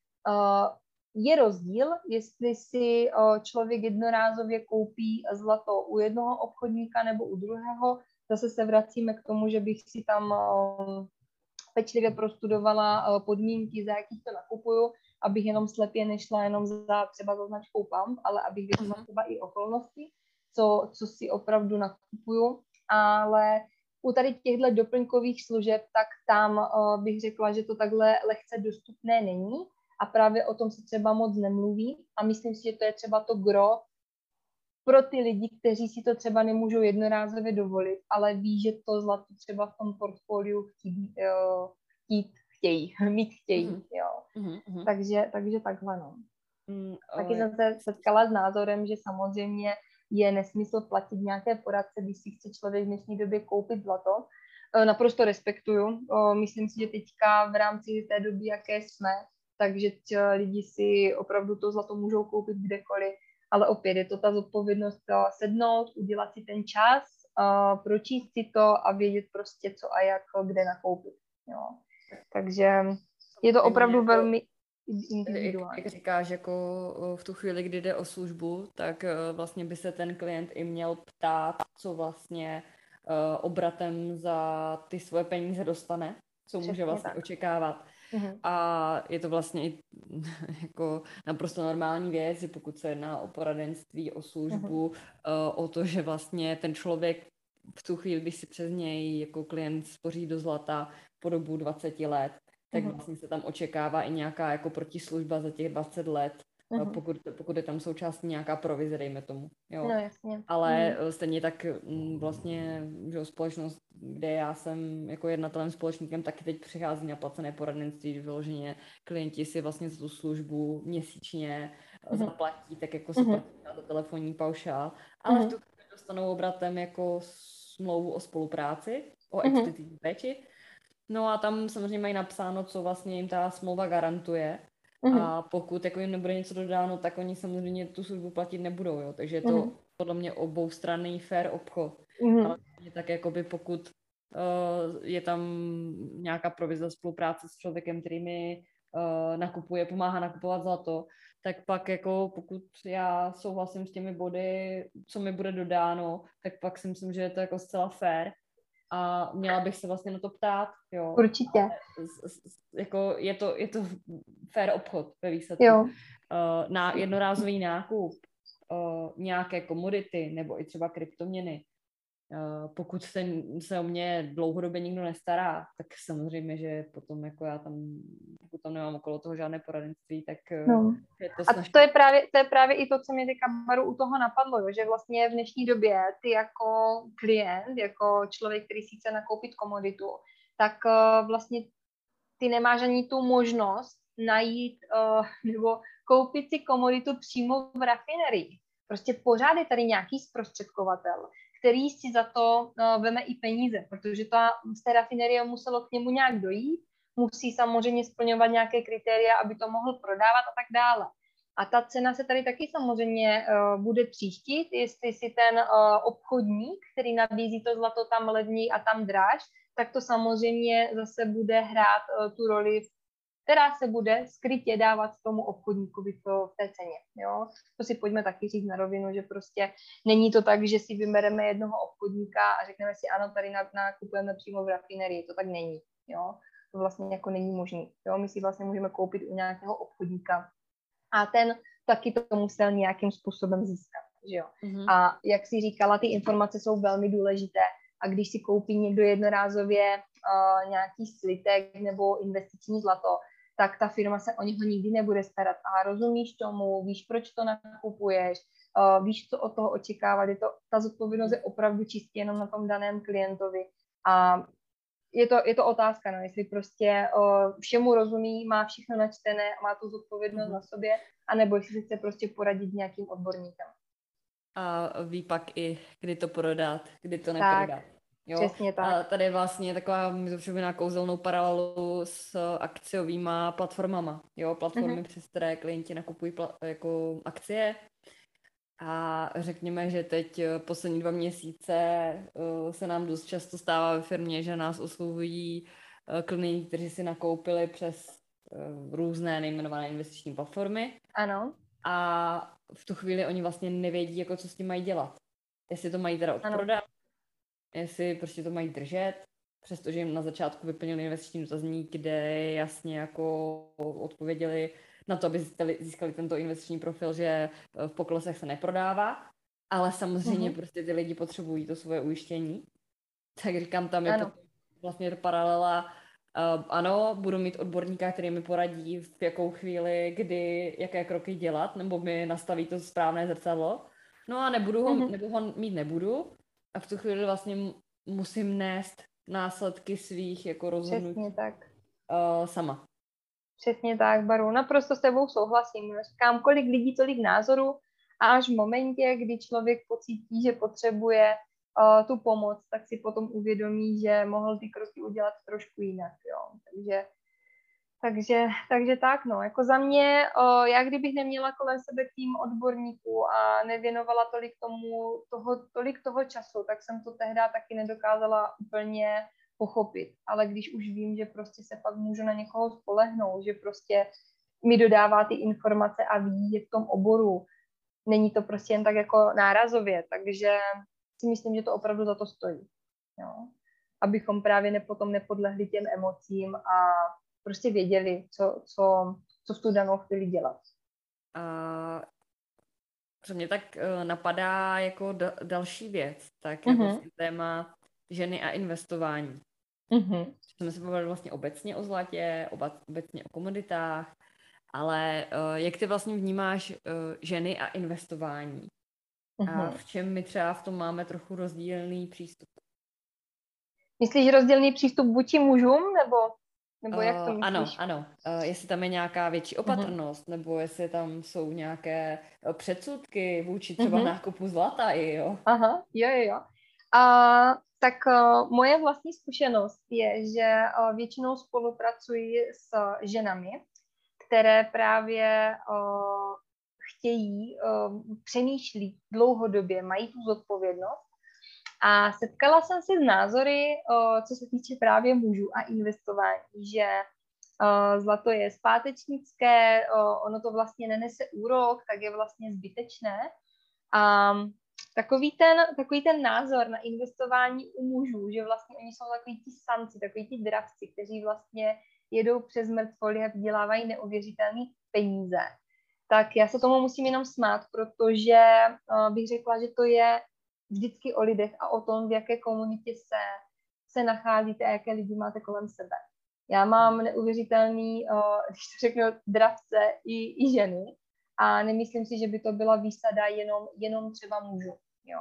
[SPEAKER 2] Je rozdíl, jestli si člověk jednorázově koupí zlato u jednoho obchodníka nebo u druhého. Zase se vracíme k tomu, že bych si tam pečlivě prostudovala podmínky, za jakých to nakupuju, abych jenom slepě nešla jenom třeba za značkou PAMP, ale abych věděla třeba i okolnosti, co si opravdu nakupuju. Ale u tady těchto doplňkových služeb, tak tam bych řekla, že to takhle lehce dostupné není a právě o tom se třeba moc nemluví a myslím si, že to je třeba to gro pro ty lidi, kteří si to třeba nemůžou jednorázově dovolit, ale ví, že to zlato třeba v tom portfoliu mít chtějí. Jo. Takže takhle, no. Taky jsem se setkala s názorem, že samozřejmě je nesmysl platit nějaké poradce, když si chce člověk v dnešní době koupit zlato. Naprosto respektuju. Myslím si, že teďka v rámci té doby, jaké jsme, takže lidi si opravdu to zlato můžou koupit kdekoliv. Ale opět je to ta zodpovědnost sednout, udělat si ten čas, pročíst si to a vědět prostě co a jak, kde nakoupit. Jo. Takže je to opravdu velmi individuální.
[SPEAKER 1] Jak říkáš, jako v tu chvíli, kdy jde o službu, tak vlastně by se ten klient i měl ptát, co vlastně obratem za ty svoje peníze dostane, co může vlastně očekávat. A je to vlastně i jako naprosto normální věc, že pokud se jedná o poradenství, o službu, o to, že vlastně ten člověk v tu chvíli, když si přes něj jako klient spoří do zlata po dobu 20 let, tak vlastně se tam očekává i nějaká jako protislužba za těch 20 let, pokud je tam součástí nějaká provize, dejme tomu. Jo.
[SPEAKER 2] No jasně.
[SPEAKER 1] Ale stejně tak vlastně, že společnost, kde já jsem jako jednatelem společníkem, taky teď přichází na placené poradenství, že vyloženě klienti si vlastně za tu službu měsíčně zaplatí, tak jako se platí na to telefonní paušál, ale v tu chvíli dostanou obratem jako smlouvu o spolupráci, o explicitní péči. No a tam samozřejmě mají napsáno, co vlastně jim ta smlouva garantuje. A pokud jako jim nebude něco dodáno, tak oni samozřejmě tu službu platit nebudou. Jo? Takže je to podle mě oboustranný fair obchod. Ale tak jakoby pokud je tam nějaká provize spolupráce s člověkem, který mi pomáhá nakupovat zlato, tak pak jako pokud já souhlasím s těmi body, co mi bude dodáno, tak pak si myslím, že je to jako zcela fair. a měla bych se vlastně na to ptát, jo.
[SPEAKER 2] Určitě.
[SPEAKER 1] Jako je to fair obchod ve výsledku.
[SPEAKER 2] Jo.
[SPEAKER 1] Na jednorázový nákup nějaké komodity nebo i třeba kryptoměny, pokud se o mě dlouhodobě nikdo nestará, tak samozřejmě, že potom jako já tam, pokud tam nemám okolo toho žádné poradenství, tak
[SPEAKER 2] je to snaží. A to je právě i to, co mě teďka, Baru, u toho napadlo, jo, že vlastně v dnešní době ty jako klient, jako člověk, který si chce nakoupit komoditu, tak vlastně ty nemáš ani tu možnost najít nebo koupit si komoditu přímo v rafinerii. Prostě pořád je tady nějaký zprostředkovatel, který si za to veme i peníze, protože z té rafinerie muselo k němu nějak dojít, musí samozřejmě splňovat nějaké kritéria, aby to mohl prodávat a tak dále. A ta cena se tady taky samozřejmě bude tříštit, jestli si ten obchodník, který nabízí to zlato tam levněji a tam dráž, tak to samozřejmě zase bude hrát tu roli, která se bude skrytě dávat tomu obchodníkovi v té ceně. Jo? To si pojďme taky říct na rovinu, že prostě není to tak, že si vybereme jednoho obchodníka a řekneme si, ano, tady nakupujeme přímo v rafinerii. To tak není. Jo? To vlastně jako není možné. My si vlastně můžeme koupit u nějakého obchodníka a ten taky to musel nějakým způsobem získat. Že jo? Mm-hmm. A jak jsi říkala, ty informace jsou velmi důležité. A když si koupí někdo jednorázově nějaký slitek nebo investiční zlato, tak ta firma se o něho nikdy nebude starat. A rozumíš tomu, víš, proč to nakupuješ, víš, co od toho očekávat. Ta zodpovědnost je opravdu čistě jenom na tom daném klientovi. A je to otázka, no, jestli prostě všemu rozumí, má všechno načtené a má tu zodpovědnost na sobě, anebo jestli se chce prostě poradit s nějakým odborníkem.
[SPEAKER 1] A ví pak i, kdy to prodat, kdy to neprodat. Jo?
[SPEAKER 2] Přesně tak.
[SPEAKER 1] A tady je vlastně taková, my to připomíná kouzelnou paralelu s akciovýma platformama. Jo? Platformy, přes které klienti nakupují jako akcie. A řekněme, že teď poslední 2 měsíce se nám dost často stává ve firmě, že nás oslovují klienti, kteří si nakoupili přes různé nejmenované investiční platformy.
[SPEAKER 2] Ano.
[SPEAKER 1] A v tu chvíli oni vlastně nevědí, jako co s tím mají dělat. Jestli to mají teda odprodat, jestli prostě to mají držet, přestože jim na začátku vyplnili investiční dotazník, kde jasně jako odpověděli na to, aby získali tento investiční profil, že v poklesech se neprodává, ale samozřejmě prostě ty lidi potřebují to svoje ujištění. Tak říkám, tam je vlastně paralela. Ano, budu mít odborníka, který mi poradí, v jakou chvíli, kdy, jaké kroky dělat, nebo mi nastaví to správné zrcadlo. No a nebo ho mít nebudu. A v tu chvíli vlastně musím nést následky svých jako rozhodnutí.
[SPEAKER 2] Přesně tak.
[SPEAKER 1] Sama.
[SPEAKER 2] Přesně tak, Baru. Naprosto s tebou souhlasím. Říkám, kolik lidí, tolik názorů a až v momentě, kdy člověk pocítí, že potřebuje tu pomoc, tak si potom uvědomí, že mohl ty kroky udělat trošku jinak. Jo. Takže tak, no. Jako za mě, já kdybych neměla kolem sebe tým odborníků a nevěnovala tolik toho času, tak jsem to tehdy taky nedokázala úplně pochopit. Ale když už vím, že prostě se pak můžu na někoho spolehnout, že prostě mi dodává ty informace a ví, je v tom oboru, není to prostě jen tak jako nárazově, takže si myslím, že to opravdu za to stojí. Jo? Abychom právě potom nepodlehli těm emocím a prostě věděli, co v tu danou chvíli dělat.
[SPEAKER 1] Co mě tak napadá jako další věc, tak je vlastně téma ženy a investování. Jsme se bavili vlastně obecně o zlatě, obecně o komoditách, ale jak ty vlastně vnímáš ženy a investování? A v čem my třeba v tom máme trochu rozdílný přístup?
[SPEAKER 2] Myslíš rozdílný přístup vůči mužům, nebo jak to myslíš?
[SPEAKER 1] Ano. Jestli tam je nějaká větší opatrnost, nebo jestli tam jsou nějaké předsudky vůči třeba nákupu zlata, jo?
[SPEAKER 2] Aha, jo. Tak moje vlastní zkušenost je, že většinou spolupracuji s ženami, které právě chtějí, přemýšlí dlouhodobě, mají tu zodpovědnost. A setkala jsem se s názory, co se týče právě mužů a investování, že zlato je zpátečnické, ono to vlastně nenese úrok, tak je vlastně zbytečné. A takový ten názor na investování u mužů, že vlastně oni jsou takový ti samci, takový ti dravci, kteří vlastně jedou přes mrtvoly a vydělávají neuvěřitelné peníze. Tak já se tomu musím jenom smát, protože bych řekla, že to je vždycky o lidech a o tom, v jaké komunitě se nacházíte a jaké lidi máte kolem sebe. Já mám neuvěřitelný, když to řeknu, dravce i ženy a nemyslím si, že by to byla výsada jenom třeba mužů. Jo.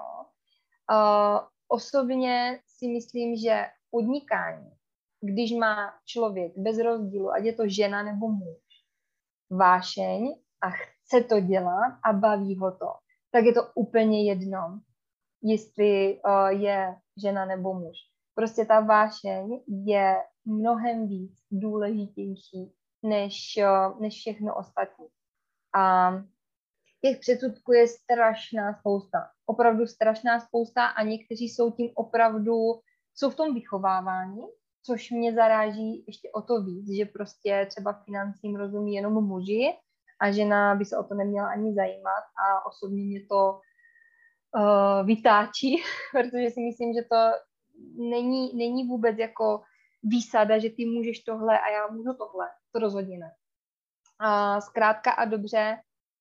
[SPEAKER 2] Osobně si myslím, že podnikání, když má člověk bez rozdílu, ať je to žena nebo muž, vášeň a chce to dělat a baví ho to, tak je to úplně jedno, jestli je žena nebo muž. Prostě ta vášeň je mnohem víc důležitější než všechno ostatní. A těch předsudků je strašná spousta. Opravdu strašná spousta a někteří jsou v tom vychovávání, což mě zaráží ještě o to víc, že prostě třeba financím rozumí jenom muži a žena by se o to neměla ani zajímat a osobně mě to vytáčí, protože si myslím, že to není vůbec jako výsada, že ty můžeš tohle a já můžu tohle. To rozhodně ne. Zkrátka a dobře,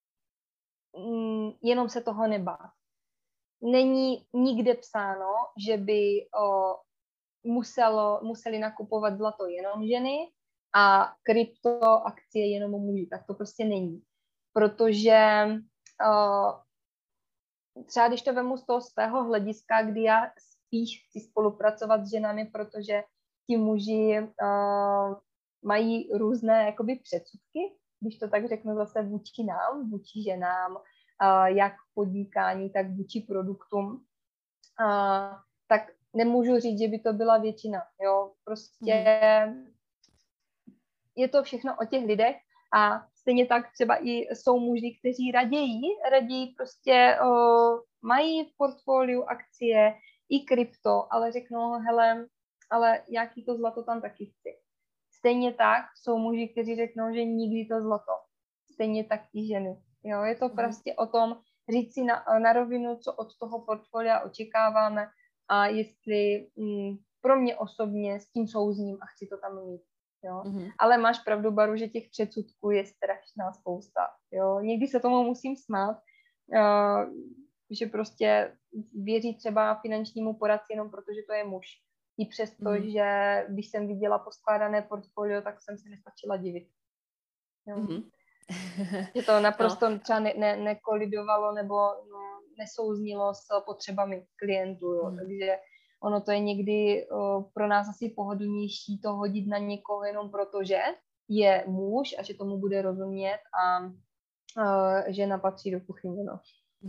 [SPEAKER 2] jenom se toho nebát. Není nikde psáno, že by museli nakupovat zlato jenom ženy a kryptoakcie jenom muži. Tak to prostě není. Protože třeba když to vemu z toho svého hlediska, kdy já spíš chci spolupracovat s ženami, protože ti muži mají různé jakoby předsudky, když to tak řeknu zase vůči nám, vůči ženám, jak podnikání, tak vůči produktům, tak nemůžu říct, že by to byla většina. Jo? Prostě je to všechno o těch lidech a stejně tak třeba i jsou muži, kteří raději prostě mají v portfoliu akcie i krypto, ale řeknou, hele, ale jaký to zlato tam taky chci. Stejně tak jsou muži, kteří řeknou, že nikdy to zlato. Stejně tak i ženy. Jo, je to prostě o tom říct si na rovinu, co od toho portfolia očekáváme a jestli pro mě osobně s tím souzním a chci to tam mít. Jo. Ale máš pravdu, Baru, že těch předsudků je strašná spousta. Jo. Někdy se tomu musím smát, že prostě věří třeba finančnímu poradci jenom protože to je muž. I přesto, že když jsem viděla poskládané portfolio, tak jsem se nestačila divit. Jo. Že to naprosto třeba nekolidovalo nebo nesouznilo s potřebami klientů. Jo. Takže ono to je někdy pro nás asi pohodlnější to hodit na někoho jenom proto, že je muž a že tomu bude rozumět a žena patří do kuchyně. No.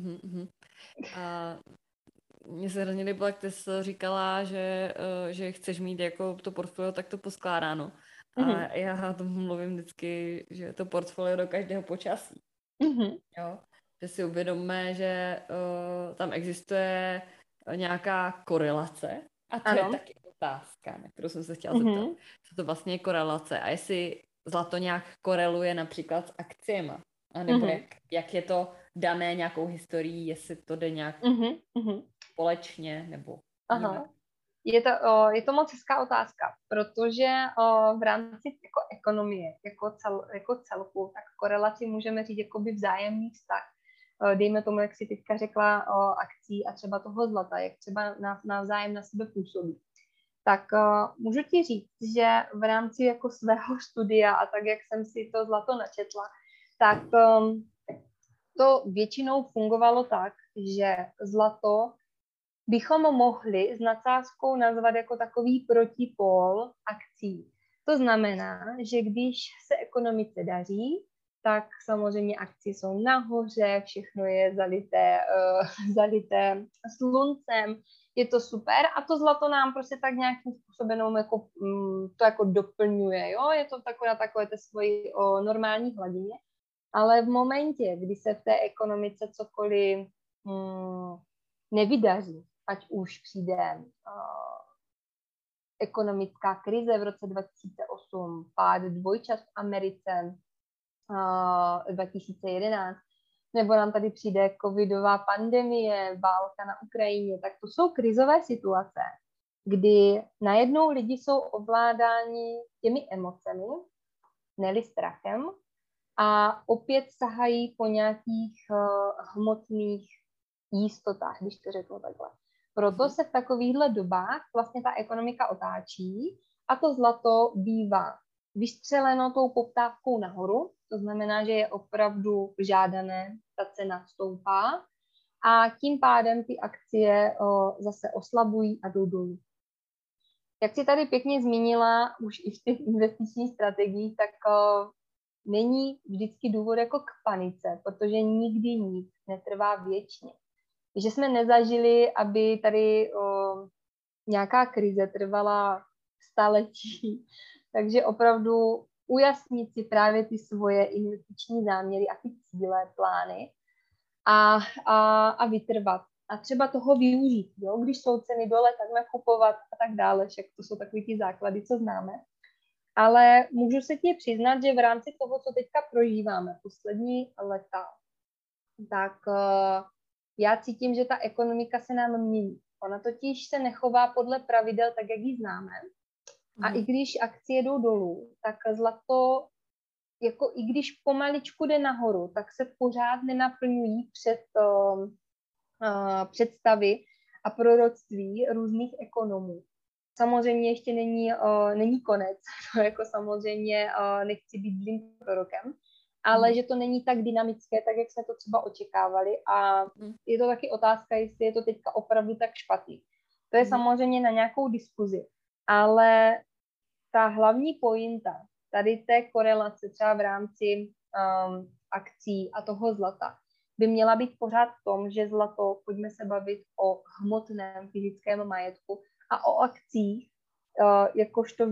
[SPEAKER 1] A mně se hrozně líbilo, jak ty jsi říkala, že chceš mít jako to portfolio takto poskládáno. A já tomu mluvím vždycky, že to portfolio do každého počasí. Jo? Že si uvědomme, že tam existuje nějaká korelace a to je taky otázka, na kterou jsem se chtěla zeptat. Co to vlastně je korelace a jestli zlato nějak koreluje například s akciema, a nebo jak je to dané nějakou historií, jestli to jde nějak společně nebo jinak.
[SPEAKER 2] Je to moc hezká otázka, protože v rámci jako ekonomie, jako celku, tak korelaci můžeme říct jakoby vzájemný vztah. Dejme tomu, jak si teďka řekla o akcí a třeba toho zlata, jak třeba navzájem na sebe působí. Tak můžu ti říct, že v rámci jako svého studia a tak, jak jsem si to zlato načetla, tak to většinou fungovalo tak, že zlato bychom mohli s nadsázkou nazvat jako takový protipól akcí. To znamená, že když se ekonomice daří, tak samozřejmě akcie jsou nahoře, všechno je zalité sluncem, je to super a to zlato nám prostě tak nějakým způsobem jako, to jako doplňuje, jo? Je to na takové té svoji normální hladině, ale v momentě, kdy se v té ekonomice cokoliv nevydaří, ať už přijde ekonomická krize v roce 2008, pád dvojčat v Americe 2011, nebo nám tady přijde covidová pandemie, válka na Ukrajině, tak to jsou krizové situace, kdy najednou lidi jsou ovládáni těmi emocemi, ne strachem, a opět sahají po nějakých hmotných jistotách, když to řeknu takhle. Proto se v takovýchhle dobách vlastně ta ekonomika otáčí a to zlato bývá vystřeleno tou poptávkou nahoru, to znamená, že je opravdu žádané, ta cena stoupá a tím pádem ty akcie zase oslabují a jdou dolů. Jak jsi tady pěkně zmínila už i v těch investičních strategiích, tak není vždycky důvod jako k panice, protože nikdy nic netrvá věčně. Že jsme nezažili, aby tady nějaká krize trvala staletí, takže opravdu ujasnit si právě ty svoje investiční záměry a ty cíle, plány a vytrvat. A třeba toho využít, jo? Když jsou ceny dole, tak nakupovat a tak dále, však to jsou takový ty základy, co známe. Ale můžu se ti přiznat, že v rámci toho, co teďka prožíváme poslední léta, tak já cítím, že ta ekonomika se nám mění. Ona totiž se nechová podle pravidel tak, jak ji známe. A i když akcie jdou dolů, tak zlato, jako i když pomaličku jde nahoru, tak se pořád nenaplňují představy a proroctví různých ekonomů. Samozřejmě ještě není konec, to jako samozřejmě nechci být zlým prorokem, ale že to není tak dynamické, tak jak jsme to třeba očekávali a je to taky otázka, jestli je to teďka opravdu tak špatný. To je samozřejmě na nějakou diskuzi, ale ta hlavní pointa tady té korelace třeba v rámci akcí a toho zlata by měla být pořád v tom, že zlato, pojďme se bavit o hmotném fyzickém majetku a o akcích, jakožto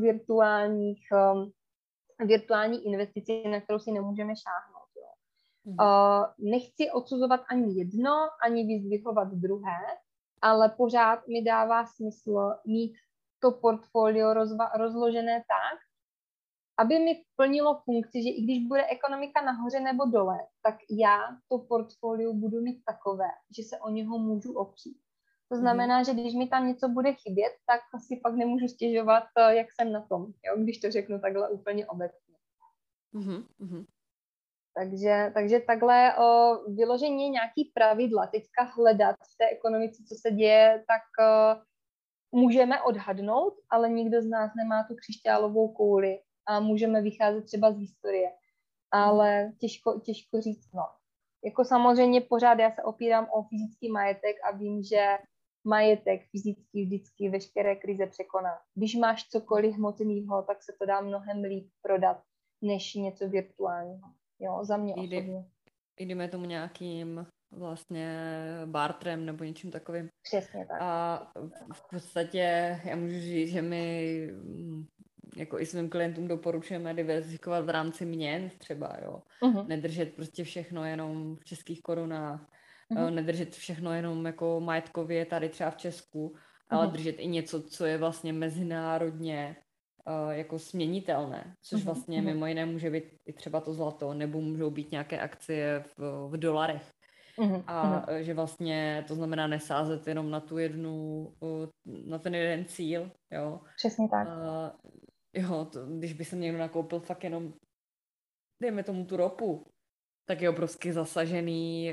[SPEAKER 2] virtuální investici, na kterou si nemůžeme šáhnout. Jo. Nechci odsuzovat ani jedno, ani vyzdvihovat druhé, ale pořád mi dává smysl mít to portfolio rozložené tak, aby mi plnilo funkci, že i když bude ekonomika nahoře nebo dole, tak já to portfolio budu mít takové, že se o něho můžu opřít. To znamená, že když mi tam něco bude chybět, tak si pak nemůžu stěžovat, jak jsem na tom, jo? Když to řeknu takhle úplně obecně. Takže takhle vyloženě nějaký pravidla teďka hledat v té ekonomice, co se děje, tak můžeme odhadnout, ale nikdo z nás nemá tu křišťálovou kouli a můžeme vycházet třeba z historie. Ale těžko říct, no. Jako samozřejmě pořád já se opírám o fyzický majetek a vím, že majetek fyzický vždycky veškeré krize překoná. Když máš cokoliv hmotného, tak se to dá mnohem líp prodat, než něco virtuálního. Jo, za mě osobně.
[SPEAKER 1] Jdeme tomu nějakým vlastně bartrem nebo něčím takovým.
[SPEAKER 2] Přesně tak.
[SPEAKER 1] A v podstatě já můžu říct, že my jako i svým klientům doporučujeme diverzifikovat v rámci měn třeba, jo. Nedržet prostě všechno jenom v českých korunách, nedržet všechno jenom jako majetkově tady třeba v Česku, ale držet i něco, co je vlastně mezinárodně jako směnitelné, což vlastně mimo jiné může být i třeba to zlato, nebo můžou být nějaké akcie v dolarech. A že vlastně to znamená nesázet jenom na na ten jeden cíl, jo.
[SPEAKER 2] Přesně tak.
[SPEAKER 1] Když by se někdo nakoupil fakt jenom, dejme tomu tu ropu, tak je obrovsky zasažený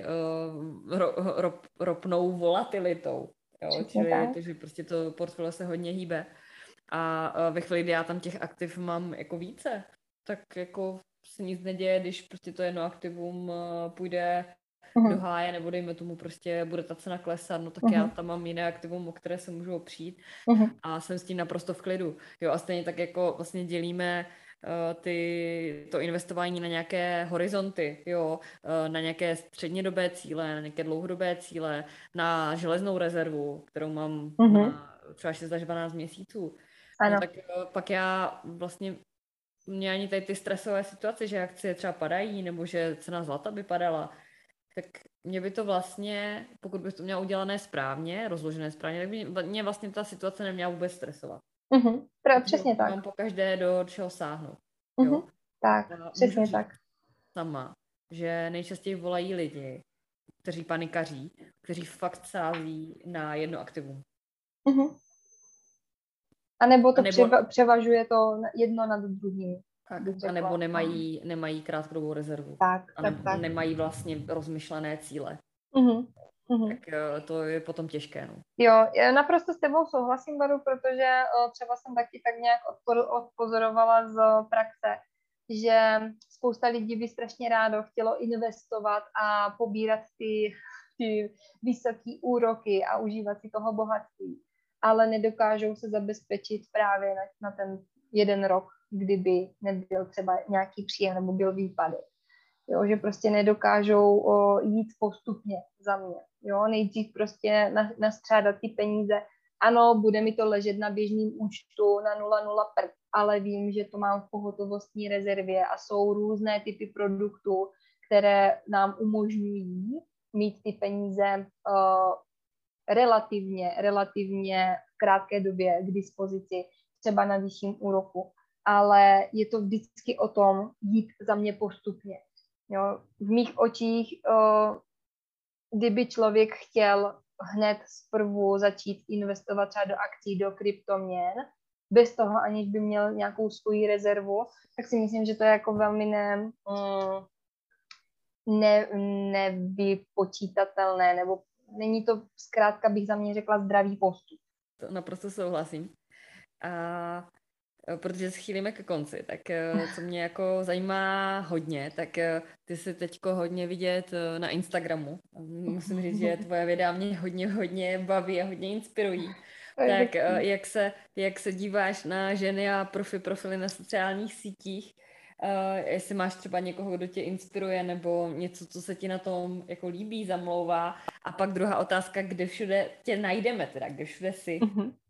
[SPEAKER 1] ropnou volatilitou. Jo? Čili je to, že prostě to portfolio se hodně hýbe. A ve chvíli, kdy já tam těch aktiv mám jako více, tak jako se nic neděje, když prostě to jedno aktivum půjde do háje, nebo dejme tomu prostě bude ta cena klesat, no tak já tam mám jiné aktivum, o které se můžu opřít a jsem s tím naprosto v klidu. Jo, a stejně tak jako vlastně dělíme to investování na nějaké horizonty, jo, na nějaké střednědobé cíle, na nějaké dlouhodobé cíle, na železnou rezervu, kterou mám na třeba 6 až 12 měsíců. No, tak pak já vlastně mě ani tady ty stresové situace, že akcie třeba padají, nebo že cena zlata by padala, tak mě by to vlastně, pokud bych to měla udělané správně, rozložené správně, tak by mě vlastně ta situace neměla vůbec stresovat.
[SPEAKER 2] Přesně tak.
[SPEAKER 1] Mám pokaždé do čeho sáhnout.
[SPEAKER 2] Tak, přesně tak.
[SPEAKER 1] Sama, že nejčastěji volají lidi, kteří panikaří, kteří fakt sází na jedno aktivum.
[SPEAKER 2] Mm-hmm. A nebo to převažuje to jedno nad druhým.
[SPEAKER 1] A nebo nemají krátkodobou rezervu.
[SPEAKER 2] Tak.
[SPEAKER 1] Nemají vlastně rozmyšlené cíle.
[SPEAKER 2] Mm-hmm.
[SPEAKER 1] Tak to je potom těžké. No.
[SPEAKER 2] Jo, já naprosto s tebou souhlasím, Baru, protože třeba jsem taky tak nějak odpozorovala z praxe, že spousta lidí by strašně rádo chtělo investovat a pobírat ty vysoké úroky a užívat si toho bohatství, ale nedokážou se zabezpečit právě na ten jeden rok, kdyby nebyl třeba nějaký příjem nebo byl výpadek. Jo, že prostě nedokážou jít postupně za mě. Jo, nejdřív prostě nastřádat ty peníze. Ano, bude mi to ležet na běžném účtu na 0,0 prd, ale vím, že to mám v pohotovostní rezervě a jsou různé typy produktů, které nám umožňují mít ty peníze relativně v krátké době k dispozici, třeba na vyšším úroku. Ale je to vždycky o tom jít za mě postupně. Jo, v mých očích, kdyby člověk chtěl hned zprvu začít investovat třeba do akcí, do kryptoměn, bez toho, aniž by měl nějakou svoji rezervu, tak si myslím, že to je jako velmi nevypočítatelné, nebo není to, zkrátka bych za mě řekla, zdravý postup.
[SPEAKER 1] To naprosto souhlasím. A protože se chýlíme ke konci, tak co mě jako zajímá hodně, tak ty jsi teďko hodně vidět na Instagramu. Musím říct, že tvoje videa mě hodně baví a hodně inspirují. Tak jak se díváš na ženy a profily na sociálních sítích? Jestli máš třeba někoho, kdo tě inspiruje, nebo něco, co se ti na tom jako líbí, zamlouvá. A pak druhá otázka, kde všude tě najdeme, teda kde všude jsi?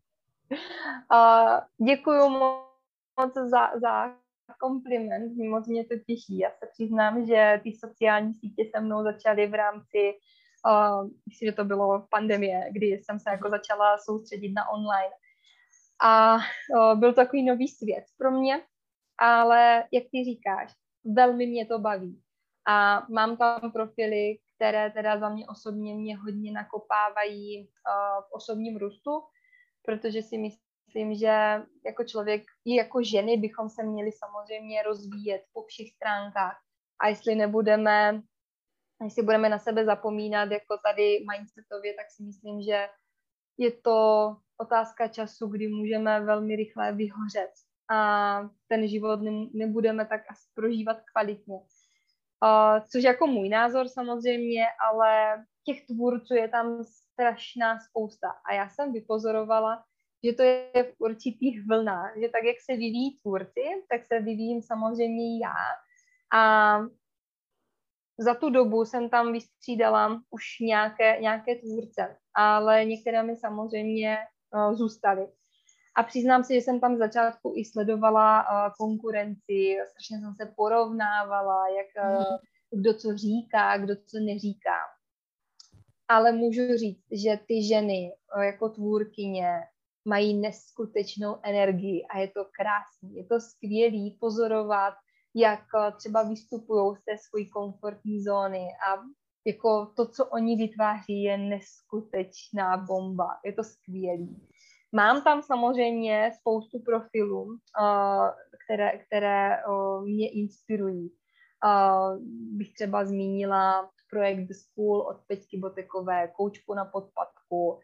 [SPEAKER 2] Děkuju moc za kompliment, moc mě to těší. Já se přiznám, že ty sociální sítě se mnou začaly v rámci, myslím, že to bylo pandemie, kdy jsem se jako začala soustředit na online. A byl to takový nový svět pro mě, ale jak ty říkáš, velmi mě to baví. A mám tam profily, které teda za mě osobně mě hodně nakopávají v osobním růstu, protože si myslím, že jako člověk i jako ženy bychom se měli samozřejmě rozvíjet po všech stránkách. A jestli budeme na sebe zapomínat jako tady mindsetově, tak si myslím, že je to otázka času, kdy můžeme velmi rychle vyhořet a ten život nebudeme tak asi prožívat kvalitně. Což jako můj názor samozřejmě, ale těch tvůrců je tam strašná spousta. A já jsem vypozorovala, že to je v určitých vlnách, že tak, jak se vyvíjí tvůrci, tak se vyvíjím samozřejmě já. A za tu dobu jsem tam vystřídala už nějaké tvůrce, ale některé mi samozřejmě zůstaly. A přiznám si, že jsem tam v začátku i sledovala konkurenci, strašně jsem se porovnávala, kdo co říká, kdo co neříká. Ale můžu říct, že ty ženy jako tvůrkyně mají neskutečnou energii a je to krásný, je to skvělý pozorovat, jak třeba vystupují z té své komfortní zóny a jako to, co oni vytváří, je neskutečná bomba, je to skvělý. Mám tam samozřejmě spoustu profilů, které mě inspirují. Bych třeba zmínila projekt The School od Peťky Botekové, Koučku na podpatku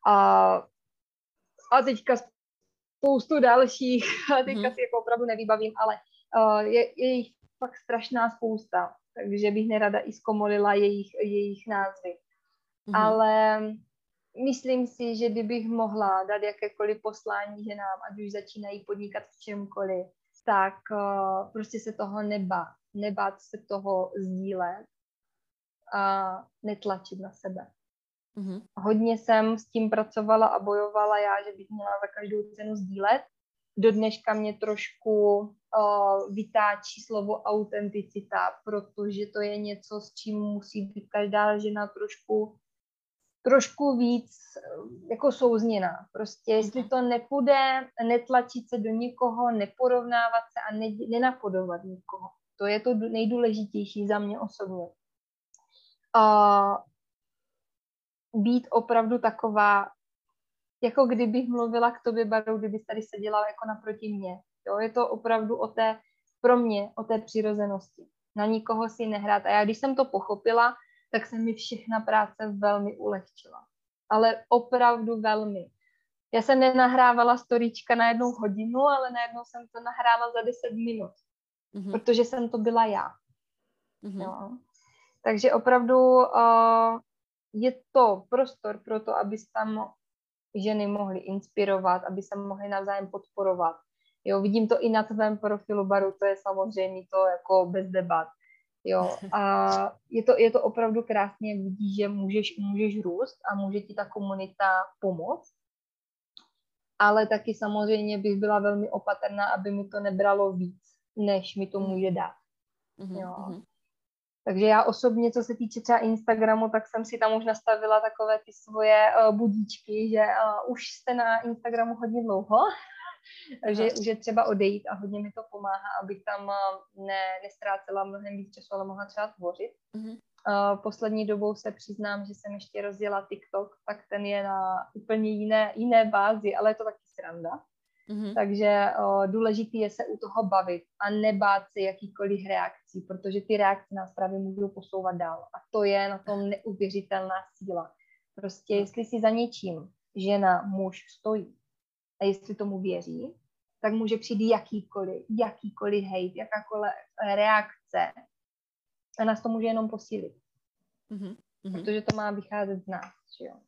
[SPEAKER 2] a teďka spoustu dalších, teďka si jako opravdu nevybavím, ale je jich fakt strašná spousta, takže bych nerada i zkomolila jejich názvy. Ale myslím si, že kdybych mohla dát jakékoliv poslání ženám, ať už začínají podnikat v čemkoliv, tak prostě se toho nebát se toho sdílet a netlačit na sebe. Hodně jsem s tím pracovala a bojovala já, že bych měla za každou cenu sdílet. Do dneška mě trošku vytáčí slovo autenticita, protože to je něco, s čím musí být každá žena trošku víc jako souzněná. Prostě jestli to nepůjde, netlačit se do někoho, neporovnávat se a nenapodovat nikoho. To je to nejdůležitější za mě osobně. A být opravdu taková, jako kdybych mluvila k tobě, Baru, kdybys tady seděla jako naproti mě. Jo? Je to opravdu pro mě o té přirozenosti. Na nikoho si nehrát. A já, když jsem to pochopila, tak se mi všechna práce velmi ulehčila. Ale opravdu velmi. Já jsem nenahrávala storíčka na 1 hodinu, ale najednou jsem to nahrála za 10 minut. Protože jsem to byla já. Jo? Takže opravdu je to prostor pro to, aby tam ženy mohly inspirovat, aby se mohly navzájem podporovat. Jo, vidím to i na tvém profilu, Baru, to je samozřejmě to jako bez debat. Jo, a je to opravdu krásně, jak vidíš, že můžeš růst a může ti ta komunita pomoct. Ale taky samozřejmě bych byla velmi opatrná, aby mi to nebralo víc, než mi to může dát. Jo. Takže já osobně, co se týče třeba Instagramu, tak jsem si tam už nastavila takové ty svoje budíčky, že už jste na Instagramu hodně dlouho, takže už je třeba odejít a hodně mi to pomáhá, abych tam nestrácela mnohem víc času, ale mohla třeba tvořit. Poslední dobou se přiznám, že jsem ještě rozjela TikTok, tak ten je na úplně jiné bázi, ale je to taky sranda. Takže důležitý je se u toho bavit a nebát se jakýkoliv reakcí, protože ty reakce nás právě můžou posouvat dál. A to je na tom neuvěřitelná síla. Prostě jestli si za něčím žena, muž stojí a jestli tomu věří, tak může přijít jakýkoliv hejt, jakákoliv reakce a nás to může jenom posílit. Protože to má vycházet z nás, že jo.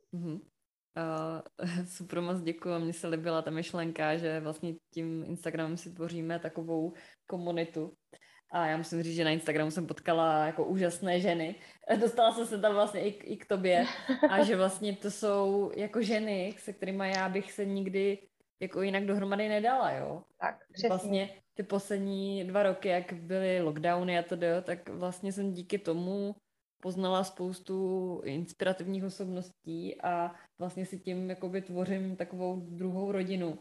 [SPEAKER 1] Super, moc děkuji. Mně se líbila ta myšlenka, že vlastně tím Instagramem si tvoříme takovou komunitu. A já musím říct, že na Instagramu jsem potkala jako úžasné ženy. Dostala jsem se tam vlastně i k tobě. A že vlastně to jsou jako ženy, se kterými já bych se nikdy jako jinak dohromady nedala, jo.
[SPEAKER 2] Tak, přesně.
[SPEAKER 1] Vlastně ty poslední 2 roky, jak byly lockdowny a tak vlastně jsem díky tomu poznala spoustu inspirativních osobností a vlastně si tím jakoby tvořím takovou druhou rodinu.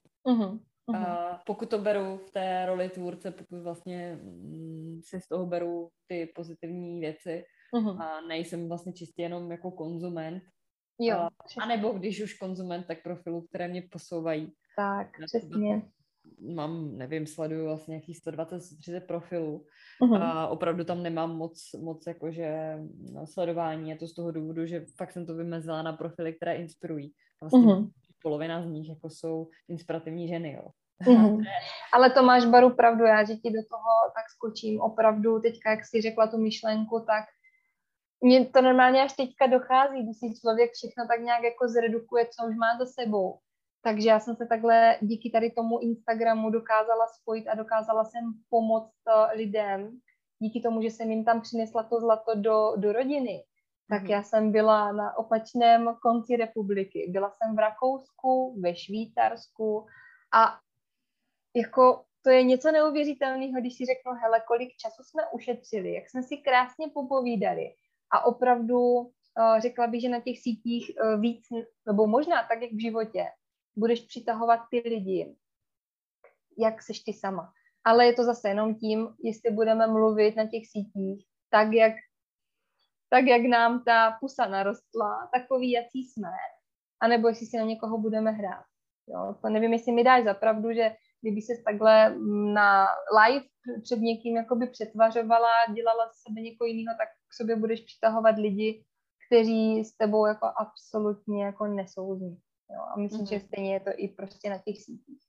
[SPEAKER 1] A pokud to beru v té roli tvůrce, pokud vlastně si z toho beru ty pozitivní věci a nejsem vlastně čistě jenom jako konzument.
[SPEAKER 2] Jo,
[SPEAKER 1] a nebo když už konzument, tak profilů, které mě posouvají.
[SPEAKER 2] Tak, přesně.
[SPEAKER 1] Mám, nevím, sleduju vlastně nějakých 120-130 profilů a opravdu tam nemám moc jakože sledování. Je to z toho důvodu, že fakt jsem to vymezila na profily, které inspirují. Vlastně polovina z nich jako jsou inspirativní ženy, jo.
[SPEAKER 2] Ale to máš, Baru, pravdu, já, že ti do toho tak skočím opravdu. Teďka, jak jsi řekla tu myšlenku, tak mně to normálně až teďka dochází, když si člověk všechno tak nějak jako zredukuje, co už má za sebou. Takže já jsem se takhle díky tady tomu Instagramu dokázala spojit a dokázala jsem pomoct lidem. Díky tomu, že jsem jim tam přinesla to zlato do rodiny. Tak já jsem byla na opačném konci republiky. Byla jsem v Rakousku, ve Švýcarsku a jako to je něco neuvěřitelného, když si řeknu, hele, kolik času jsme ušetřili, jak jsme si krásně popovídali. A opravdu řekla bych, že na těch sítích víc, nebo možná tak, jak v životě, budeš přitahovat ty lidi, jak seš ty sama. Ale je to zase jenom tím, jestli budeme mluvit na těch sítích, tak jak nám ta pusa narostla, takový, jaký jsme, anebo jestli si na někoho budeme hrát. Jo? To nevím, jestli mi dáš za pravdu, že kdyby ses takhle na live před někým jakoby přetvařovala, dělala z sebe někoho jiného, tak k sobě budeš přitahovat lidi, kteří s tebou jako absolutně jako nesouzní. Jo? A myslím, že stejně je to i prostě na těch sítích.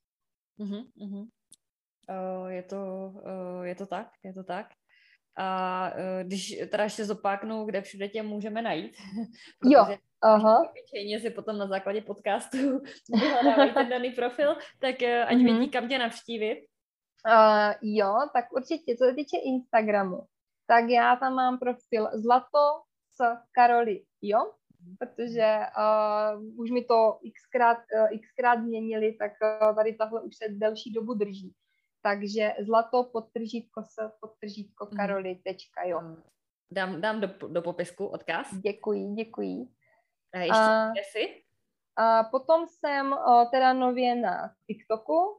[SPEAKER 1] Je to tak. A když teda ještě zopáknu, kde všude tě můžeme najít, protože obyčejně si potom na základě podcastu vyhledávají ten daný profil, tak ať vidí, kam tě navštívit.
[SPEAKER 2] Jo, tak určitě, co se týče Instagramu, tak já tam mám profil Zlato s Karoli, jo, protože už mi to xkrát změnili, tak tady tahle už se delší dobu drží. Takže zlato _s Karoli.jo.
[SPEAKER 1] Dám do popisku odkaz.
[SPEAKER 2] Děkuji.
[SPEAKER 1] A ještě kde jsi?
[SPEAKER 2] Potom jsem teda nově na TikToku,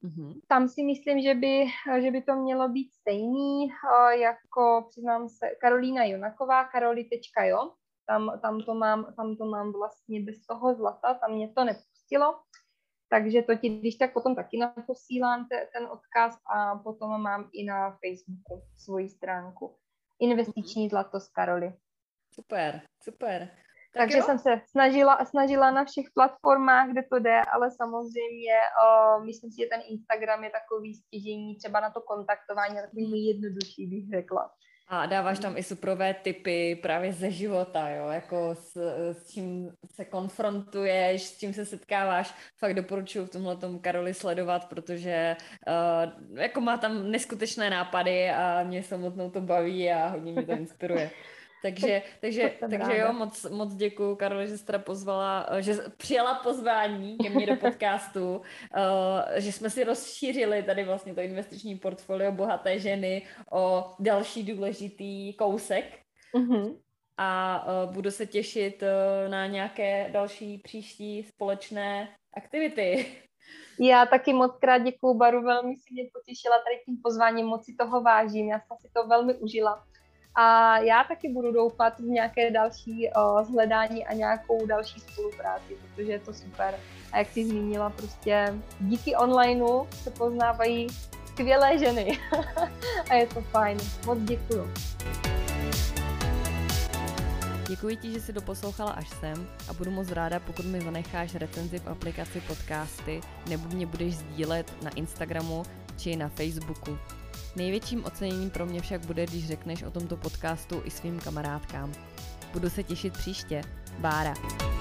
[SPEAKER 2] Tam si myslím, že by to mělo být stejný, jako přiznám se, Karolína Junaková, karoli.jo. Tam to mám vlastně bez toho zlata, tam mě to nepustilo. Takže to ti když tak potom taky naposílám ten odkaz a potom mám i na Facebooku svoji stránku. Investiční zlato s Karoli.
[SPEAKER 1] Super, super.
[SPEAKER 2] Takže jsem se snažila na všech platformách, kde to jde, ale samozřejmě myslím si, že ten Instagram je takový stěžejní, třeba na to kontaktování, takový nejjednodušší, bych řekla.
[SPEAKER 1] A dáváš tam i superové tipy právě ze života, jo, jako s čím se konfrontuješ, s čím se setkáváš. Fakt doporučuji v tomhletom Karoli sledovat, protože jako má tam neskutečné nápady a mě samotnou to baví a hodně mě to inspiruje. Takže jo, moc děkuju, Karoli, že jsi teda pozvala, že přijala pozvání ke mně do podcastu, že jsme si rozšířili tady vlastně to investiční portfolio Bohaté ženy o další důležitý kousek. A budu se těšit na nějaké další příští společné aktivity.
[SPEAKER 2] Já taky moc krát děkuju, Baru, velmi si mě potěšila tady tím pozváním, moc si toho vážím, já jsem si to velmi užila. A já taky budu doufat v nějaké další zhledání a nějakou další spolupráci, protože je to super. A jak jsi zmínila, prostě díky onlineu se poznávají skvělé ženy. A je to fajn. Moc děkuju.
[SPEAKER 1] Děkuji ti, že jsi doposlouchala až sem a budu moc ráda, pokud mi zanecháš recenzi v aplikaci Podcasty nebo mě budeš sdílet na Instagramu či na Facebooku. Největším oceněním pro mě však bude, když řekneš o tomto podcastu i svým kamarádkám. Budu se těšit příště. Bára.